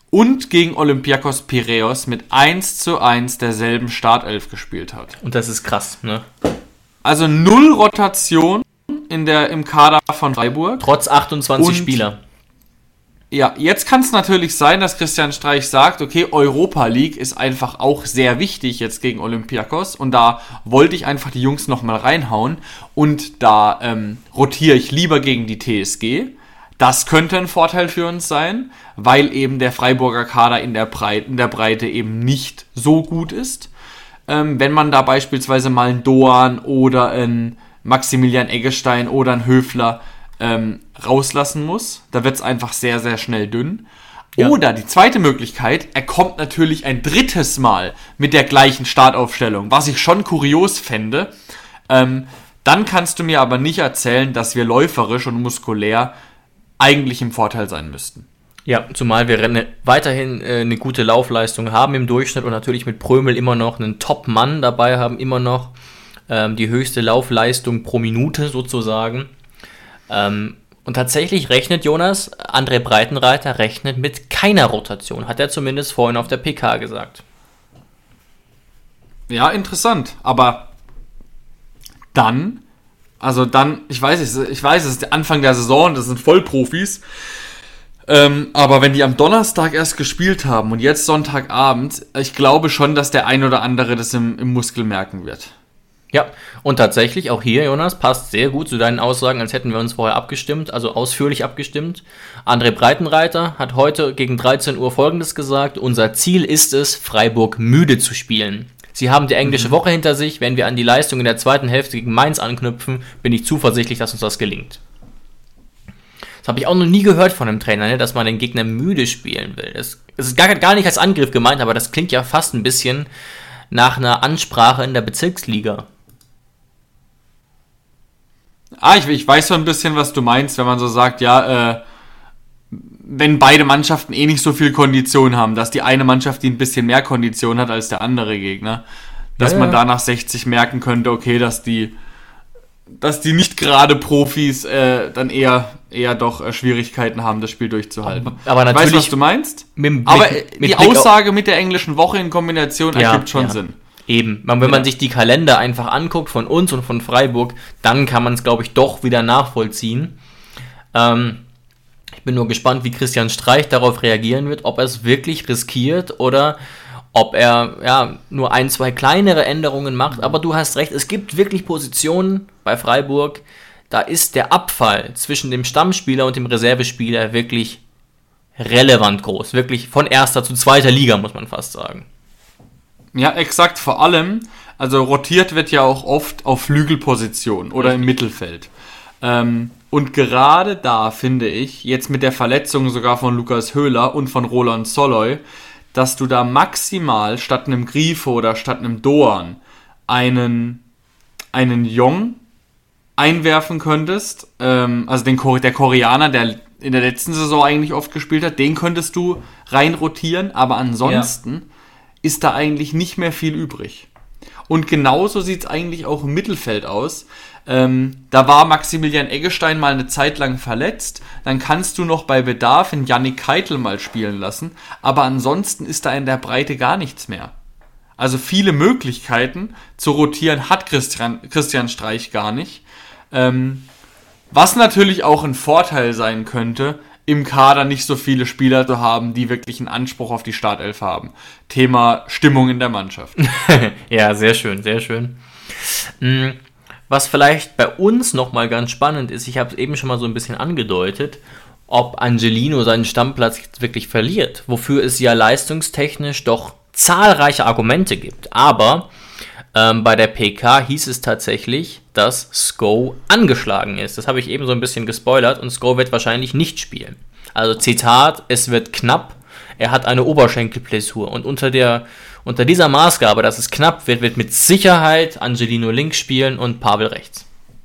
S3: und gegen Olympiakos Piräus mit eins zu eins derselben Startelf gespielt hat.
S2: Und das ist krass, ne?
S3: Also null Rotation in der, im Kader von Freiburg.
S2: Trotz achtundzwanzig
S3: und,
S2: Spieler.
S3: Ja, jetzt kann es natürlich sein, dass Christian Streich sagt, okay, Europa League ist einfach auch sehr wichtig jetzt gegen Olympiakos und da wollte ich einfach die Jungs nochmal reinhauen und da ähm, rotiere ich lieber gegen die T S G. Das könnte ein Vorteil für uns sein, weil eben der Freiburger Kader in der Breite, in der Breite eben nicht so gut ist. Ähm, wenn man da beispielsweise mal einen Doan oder einen Maximilian Eggestein oder einen Höfler ähm, rauslassen muss, da wird es einfach sehr, sehr schnell dünn. Ja. Oder die zweite Möglichkeit, er kommt natürlich ein drittes Mal mit der gleichen Startaufstellung, was ich schon kurios fände. Ähm, dann kannst du mir aber nicht erzählen, dass wir läuferisch und muskulär eigentlich im Vorteil sein müssten.
S2: Ja, zumal wir rennen, weiterhin äh, eine gute Laufleistung haben im Durchschnitt und natürlich mit Prömel immer noch einen Top-Mann dabei haben, immer noch ähm, die höchste Laufleistung pro Minute sozusagen. Ähm, und tatsächlich rechnet Jonas, André Breitenreiter rechnet mit keiner Rotation, hat er zumindest vorhin auf der P K gesagt.
S3: Ja, interessant, aber dann... Also dann, ich weiß es, ich weiß, es ist der Anfang der Saison, das sind Vollprofis. Ähm, aber wenn die am Donnerstag erst gespielt haben und jetzt Sonntagabend, ich glaube schon, dass der ein oder andere das im, im Muskel merken wird.
S2: Ja, und tatsächlich auch hier, Jonas, passt sehr gut zu deinen Aussagen, als hätten wir uns vorher abgestimmt, also ausführlich abgestimmt. André Breitenreiter hat heute gegen dreizehn Uhr Folgendes gesagt: Unser Ziel ist es, Freiburg müde zu spielen. Sie haben die englische Woche hinter sich. Wenn wir an die Leistung in der zweiten Hälfte gegen Mainz anknüpfen, bin ich zuversichtlich, dass uns das gelingt. Das habe ich auch noch nie gehört von einem Trainer, ne, dass man den Gegner müde spielen will. Das, das ist gar, gar nicht als Angriff gemeint, aber das klingt ja fast ein bisschen nach einer Ansprache in der Bezirksliga.
S3: Ah, ich, ich weiß so ein bisschen, was du meinst, wenn man so sagt, ja, äh, wenn beide Mannschaften eh nicht so viel Kondition haben, dass die eine Mannschaft, die ein bisschen mehr Kondition hat als der andere Gegner, dass ja, man ja. da nach sechzig merken könnte, okay, dass die dass die nicht gerade Profis äh, dann eher eher doch äh, Schwierigkeiten haben, das Spiel durchzuhalten.
S2: Aber natürlich,
S3: ich weiß, was du meinst,
S2: mit Blick,
S3: aber äh,
S2: mit
S3: die
S2: Blick
S3: Aussage mit der englischen Woche in Kombination
S2: ja,
S3: ergibt schon
S2: ja.
S3: Sinn.
S2: Eben, wenn man ja. sich die Kalender einfach anguckt von uns und von Freiburg, dann kann man es, glaube ich, doch wieder nachvollziehen. Ähm, Ich bin nur gespannt, wie Christian Streich darauf reagieren wird, ob er es wirklich riskiert oder ob er ja nur ein, zwei kleinere Änderungen macht. Aber du hast recht, es gibt wirklich Positionen bei Freiburg, da ist der Abfall zwischen dem Stammspieler und dem Reservespieler wirklich relevant groß. Wirklich von erster zu zweiter Liga, muss man fast sagen.
S3: Ja, exakt. Vor allem, also rotiert wird ja auch oft auf Flügelposition oder im Mittelfeld. Ähm, und gerade da finde ich, jetzt mit der Verletzung sogar von Lukas Höhler und von Roland Soloy, dass du da maximal statt einem Grifo oder statt einem Doan einen, einen Jong einwerfen könntest. Ähm, also den Ko- der Koreaner, der in der letzten Saison eigentlich oft gespielt hat, den könntest du rein rotieren, aber ansonsten ja. ist da eigentlich nicht mehr viel übrig. Und genauso sieht es eigentlich auch im Mittelfeld aus. Ähm, da war Maximilian Eggestein mal eine Zeit lang verletzt. Dann kannst du noch bei Bedarf in Yannick Keitel mal spielen lassen. Aber ansonsten ist da in der Breite gar nichts mehr. Also viele Möglichkeiten zu rotieren hat Christian, Christian Streich gar nicht. Ähm, was natürlich auch ein Vorteil sein könnte, im Kader nicht so viele Spieler zu haben, die wirklich einen Anspruch auf die Startelf haben. Thema Stimmung in der Mannschaft.
S2: Ja, sehr schön, sehr schön. Was vielleicht bei uns nochmal ganz spannend ist, ich habe es eben schon mal so ein bisschen angedeutet, ob Angelino seinen Stammplatz jetzt wirklich verliert, wofür es ja leistungstechnisch doch zahlreiche Argumente gibt. Aber ähm, bei der P K hieß es tatsächlich, dass Sko angeschlagen ist. Das habe ich eben so ein bisschen gespoilert und Sko wird wahrscheinlich nicht spielen. Also Zitat, es wird knapp, er hat eine Oberschenkelblessur und unter der unter dieser Maßgabe, dass es knapp wird, wird mit Sicherheit Angelino links spielen und Pavel rechts.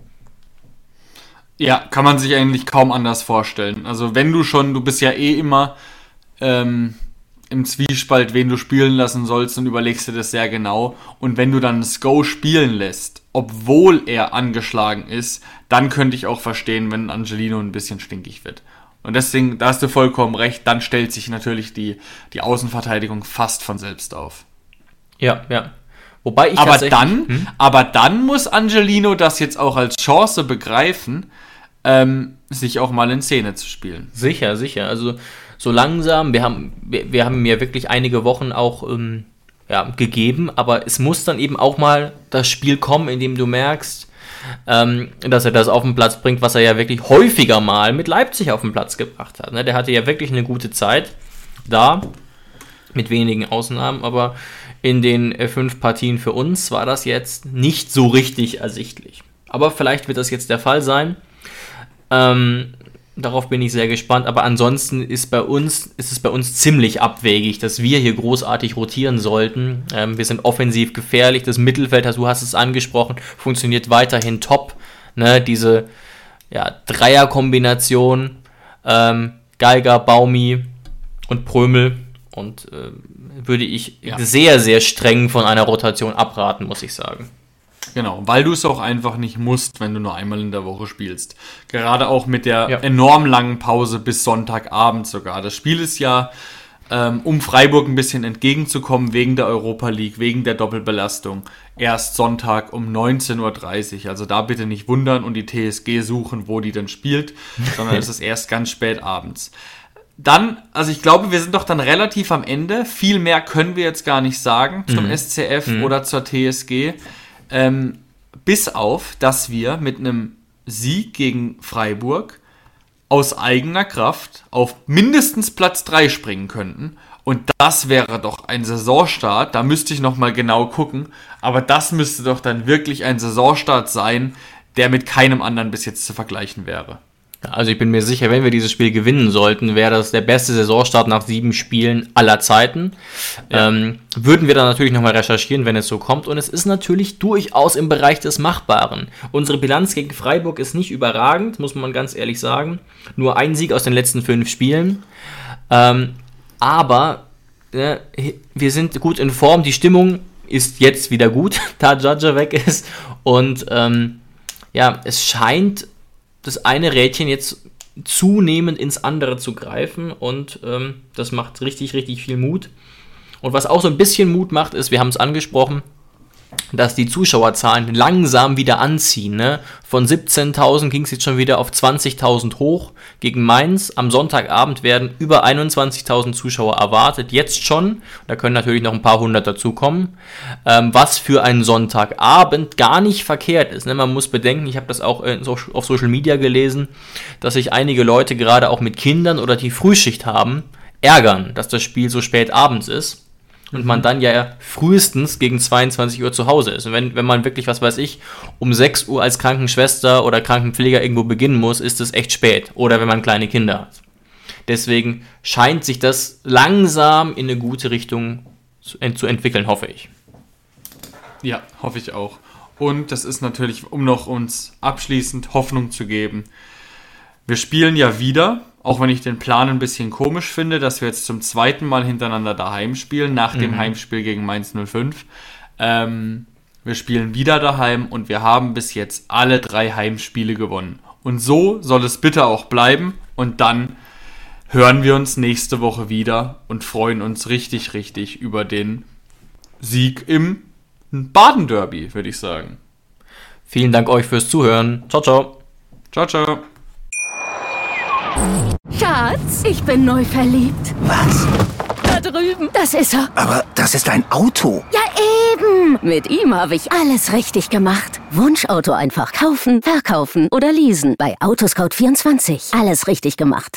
S3: Ja, kann man sich eigentlich kaum anders vorstellen. Also wenn du schon, du bist ja eh immer ähm, im Zwiespalt, wen du spielen lassen sollst und überlegst dir das sehr genau. Und wenn du dann Sko spielen lässt, obwohl er angeschlagen ist, dann könnte ich auch verstehen, wenn Angelino ein bisschen stinkig wird. Und deswegen, da hast du vollkommen recht, dann stellt sich natürlich die, die Außenverteidigung fast von selbst auf.
S2: Ja, ja. Wobei ich
S3: aber
S2: tatsächlich...
S3: dann,
S2: Hm?
S3: aber dann muss Angelino das jetzt auch als Chance begreifen, ähm, sich auch mal in Szene zu spielen.
S2: Sicher, sicher. Also so langsam, wir haben, wir, wir haben mir wirklich einige Wochen auch ähm, ja, gegeben, aber es muss dann eben auch mal das Spiel kommen, in dem du merkst, ähm, dass er das auf den Platz bringt, was er ja wirklich häufiger mal mit Leipzig auf den Platz gebracht hat. Ne? Der hatte ja wirklich eine gute Zeit da, mit wenigen Ausnahmen, aber in den äh, fünf Partien für uns war das jetzt nicht so richtig ersichtlich. Aber vielleicht wird das jetzt der Fall sein. Ähm, darauf bin ich sehr gespannt. Aber ansonsten ist, bei uns, ist es bei uns ziemlich abwegig, dass wir hier großartig rotieren sollten. Ähm, wir sind offensiv gefährlich. Das Mittelfeld, du hast es angesprochen, funktioniert weiterhin top. Ne? Diese ja, Dreierkombination, ähm, Geiger, Baumi und Prömel. Und äh, würde ich ja. sehr, sehr streng von einer Rotation abraten, muss ich sagen.
S3: Genau, weil du es auch einfach nicht musst, wenn du nur einmal in der Woche spielst. Gerade auch mit der
S2: ja.
S3: enorm langen Pause bis Sonntagabend sogar. Das Spiel ist ja, ähm, um Freiburg ein bisschen entgegenzukommen, wegen der Europa League, wegen der Doppelbelastung, erst Sonntag um neunzehn Uhr dreißig. Also da bitte nicht wundern und die T S G suchen, wo die denn spielt, sondern es ist erst ganz spät abends. Dann, also ich glaube, wir sind doch dann relativ am Ende. Viel mehr können wir jetzt gar nicht sagen zum mhm. S C F mhm. oder zur T S G. Ähm, bis auf, dass wir mit einem Sieg gegen Freiburg aus eigener Kraft auf mindestens Platz drei springen könnten. Und das wäre doch ein Saisonstart. Da müsste ich nochmal genau gucken. Aber das müsste doch dann wirklich ein Saisonstart sein, der mit keinem anderen bis jetzt zu vergleichen wäre.
S2: Also ich bin mir sicher, wenn wir dieses Spiel gewinnen sollten, wäre das der beste Saisonstart nach sieben Spielen aller Zeiten. Ja. Ähm, würden wir dann natürlich nochmal recherchieren, wenn es so kommt. Und es ist natürlich durchaus im Bereich des Machbaren. Unsere Bilanz gegen Freiburg ist nicht überragend, muss man ganz ehrlich sagen. Nur ein Sieg aus den letzten fünf Spielen. Ähm, aber äh, wir sind gut in Form. Die Stimmung ist jetzt wieder gut, da Judge weg ist. Und ähm, ja, es scheint das eine Rädchen jetzt zunehmend ins andere zu greifen und ähm, das macht richtig, richtig viel Mut. Und was auch so ein bisschen Mut macht, ist, wir haben es angesprochen, dass die Zuschauerzahlen langsam wieder anziehen. Ne? Von siebzehntausend ging es jetzt schon wieder auf zwanzigtausend hoch gegen Mainz. Am Sonntagabend werden über einundzwanzigtausend Zuschauer erwartet, jetzt schon. Da können natürlich noch ein paar hundert dazukommen. Ähm, was für einen Sonntagabend gar nicht verkehrt ist. Ne? Man muss bedenken, ich habe das auch äh, so, auf Social Media gelesen, dass sich einige Leute gerade auch mit Kindern oder die Frühschicht haben, ärgern, dass das Spiel so spät abends ist. Und man dann ja frühestens gegen zweiundzwanzig Uhr zu Hause ist. Und wenn, wenn man wirklich, was weiß ich, um sechs Uhr als Krankenschwester oder Krankenpfleger irgendwo beginnen muss, ist es echt spät. Oder wenn man kleine Kinder hat. Deswegen scheint sich das langsam in eine gute Richtung zu, ent- zu entwickeln, hoffe ich.
S3: Ja, hoffe ich auch. Und das ist natürlich, um noch uns abschließend Hoffnung zu geben. Wir spielen ja wieder, auch wenn ich den Plan ein bisschen komisch finde, dass wir jetzt zum zweiten Mal hintereinander daheim spielen, nach mhm. dem Heimspiel gegen Mainz null fünf. Ähm, wir spielen wieder daheim und wir haben bis jetzt alle drei Heimspiele gewonnen. Und so soll es bitte auch bleiben. Und dann hören wir uns nächste Woche wieder und freuen uns richtig, richtig über den Sieg im Baden-Derby, würde ich sagen.
S2: Vielen Dank euch fürs Zuhören. Ciao, ciao.
S3: Ciao, ciao.
S4: Schatz, ich bin neu verliebt.
S5: Was?
S4: Da drüben. Das ist er.
S5: Aber das ist ein Auto.
S4: Ja, eben. Mit ihm habe ich alles richtig gemacht. Wunschauto einfach kaufen, verkaufen oder leasen. Bei Autoscout vierundzwanzig. Alles richtig gemacht.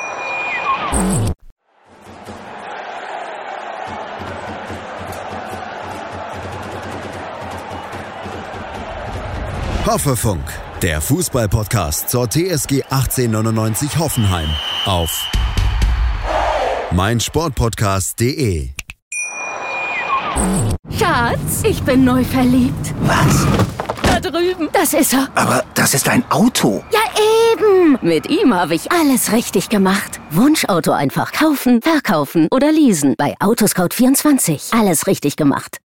S1: Hoffefunk, der Fußball-Podcast zur T S G achtzehnhundertneunundneunzig Hoffenheim auf meinsportpodcast punkt de.
S4: Schatz, ich bin neu verliebt.
S5: Was?
S4: Da drüben. Das ist er.
S5: Aber das ist ein Auto.
S4: Ja, eben. Mit ihm habe ich alles richtig gemacht. Wunschauto einfach kaufen, verkaufen oder leasen. Bei Autoscout vierundzwanzig. Alles richtig gemacht.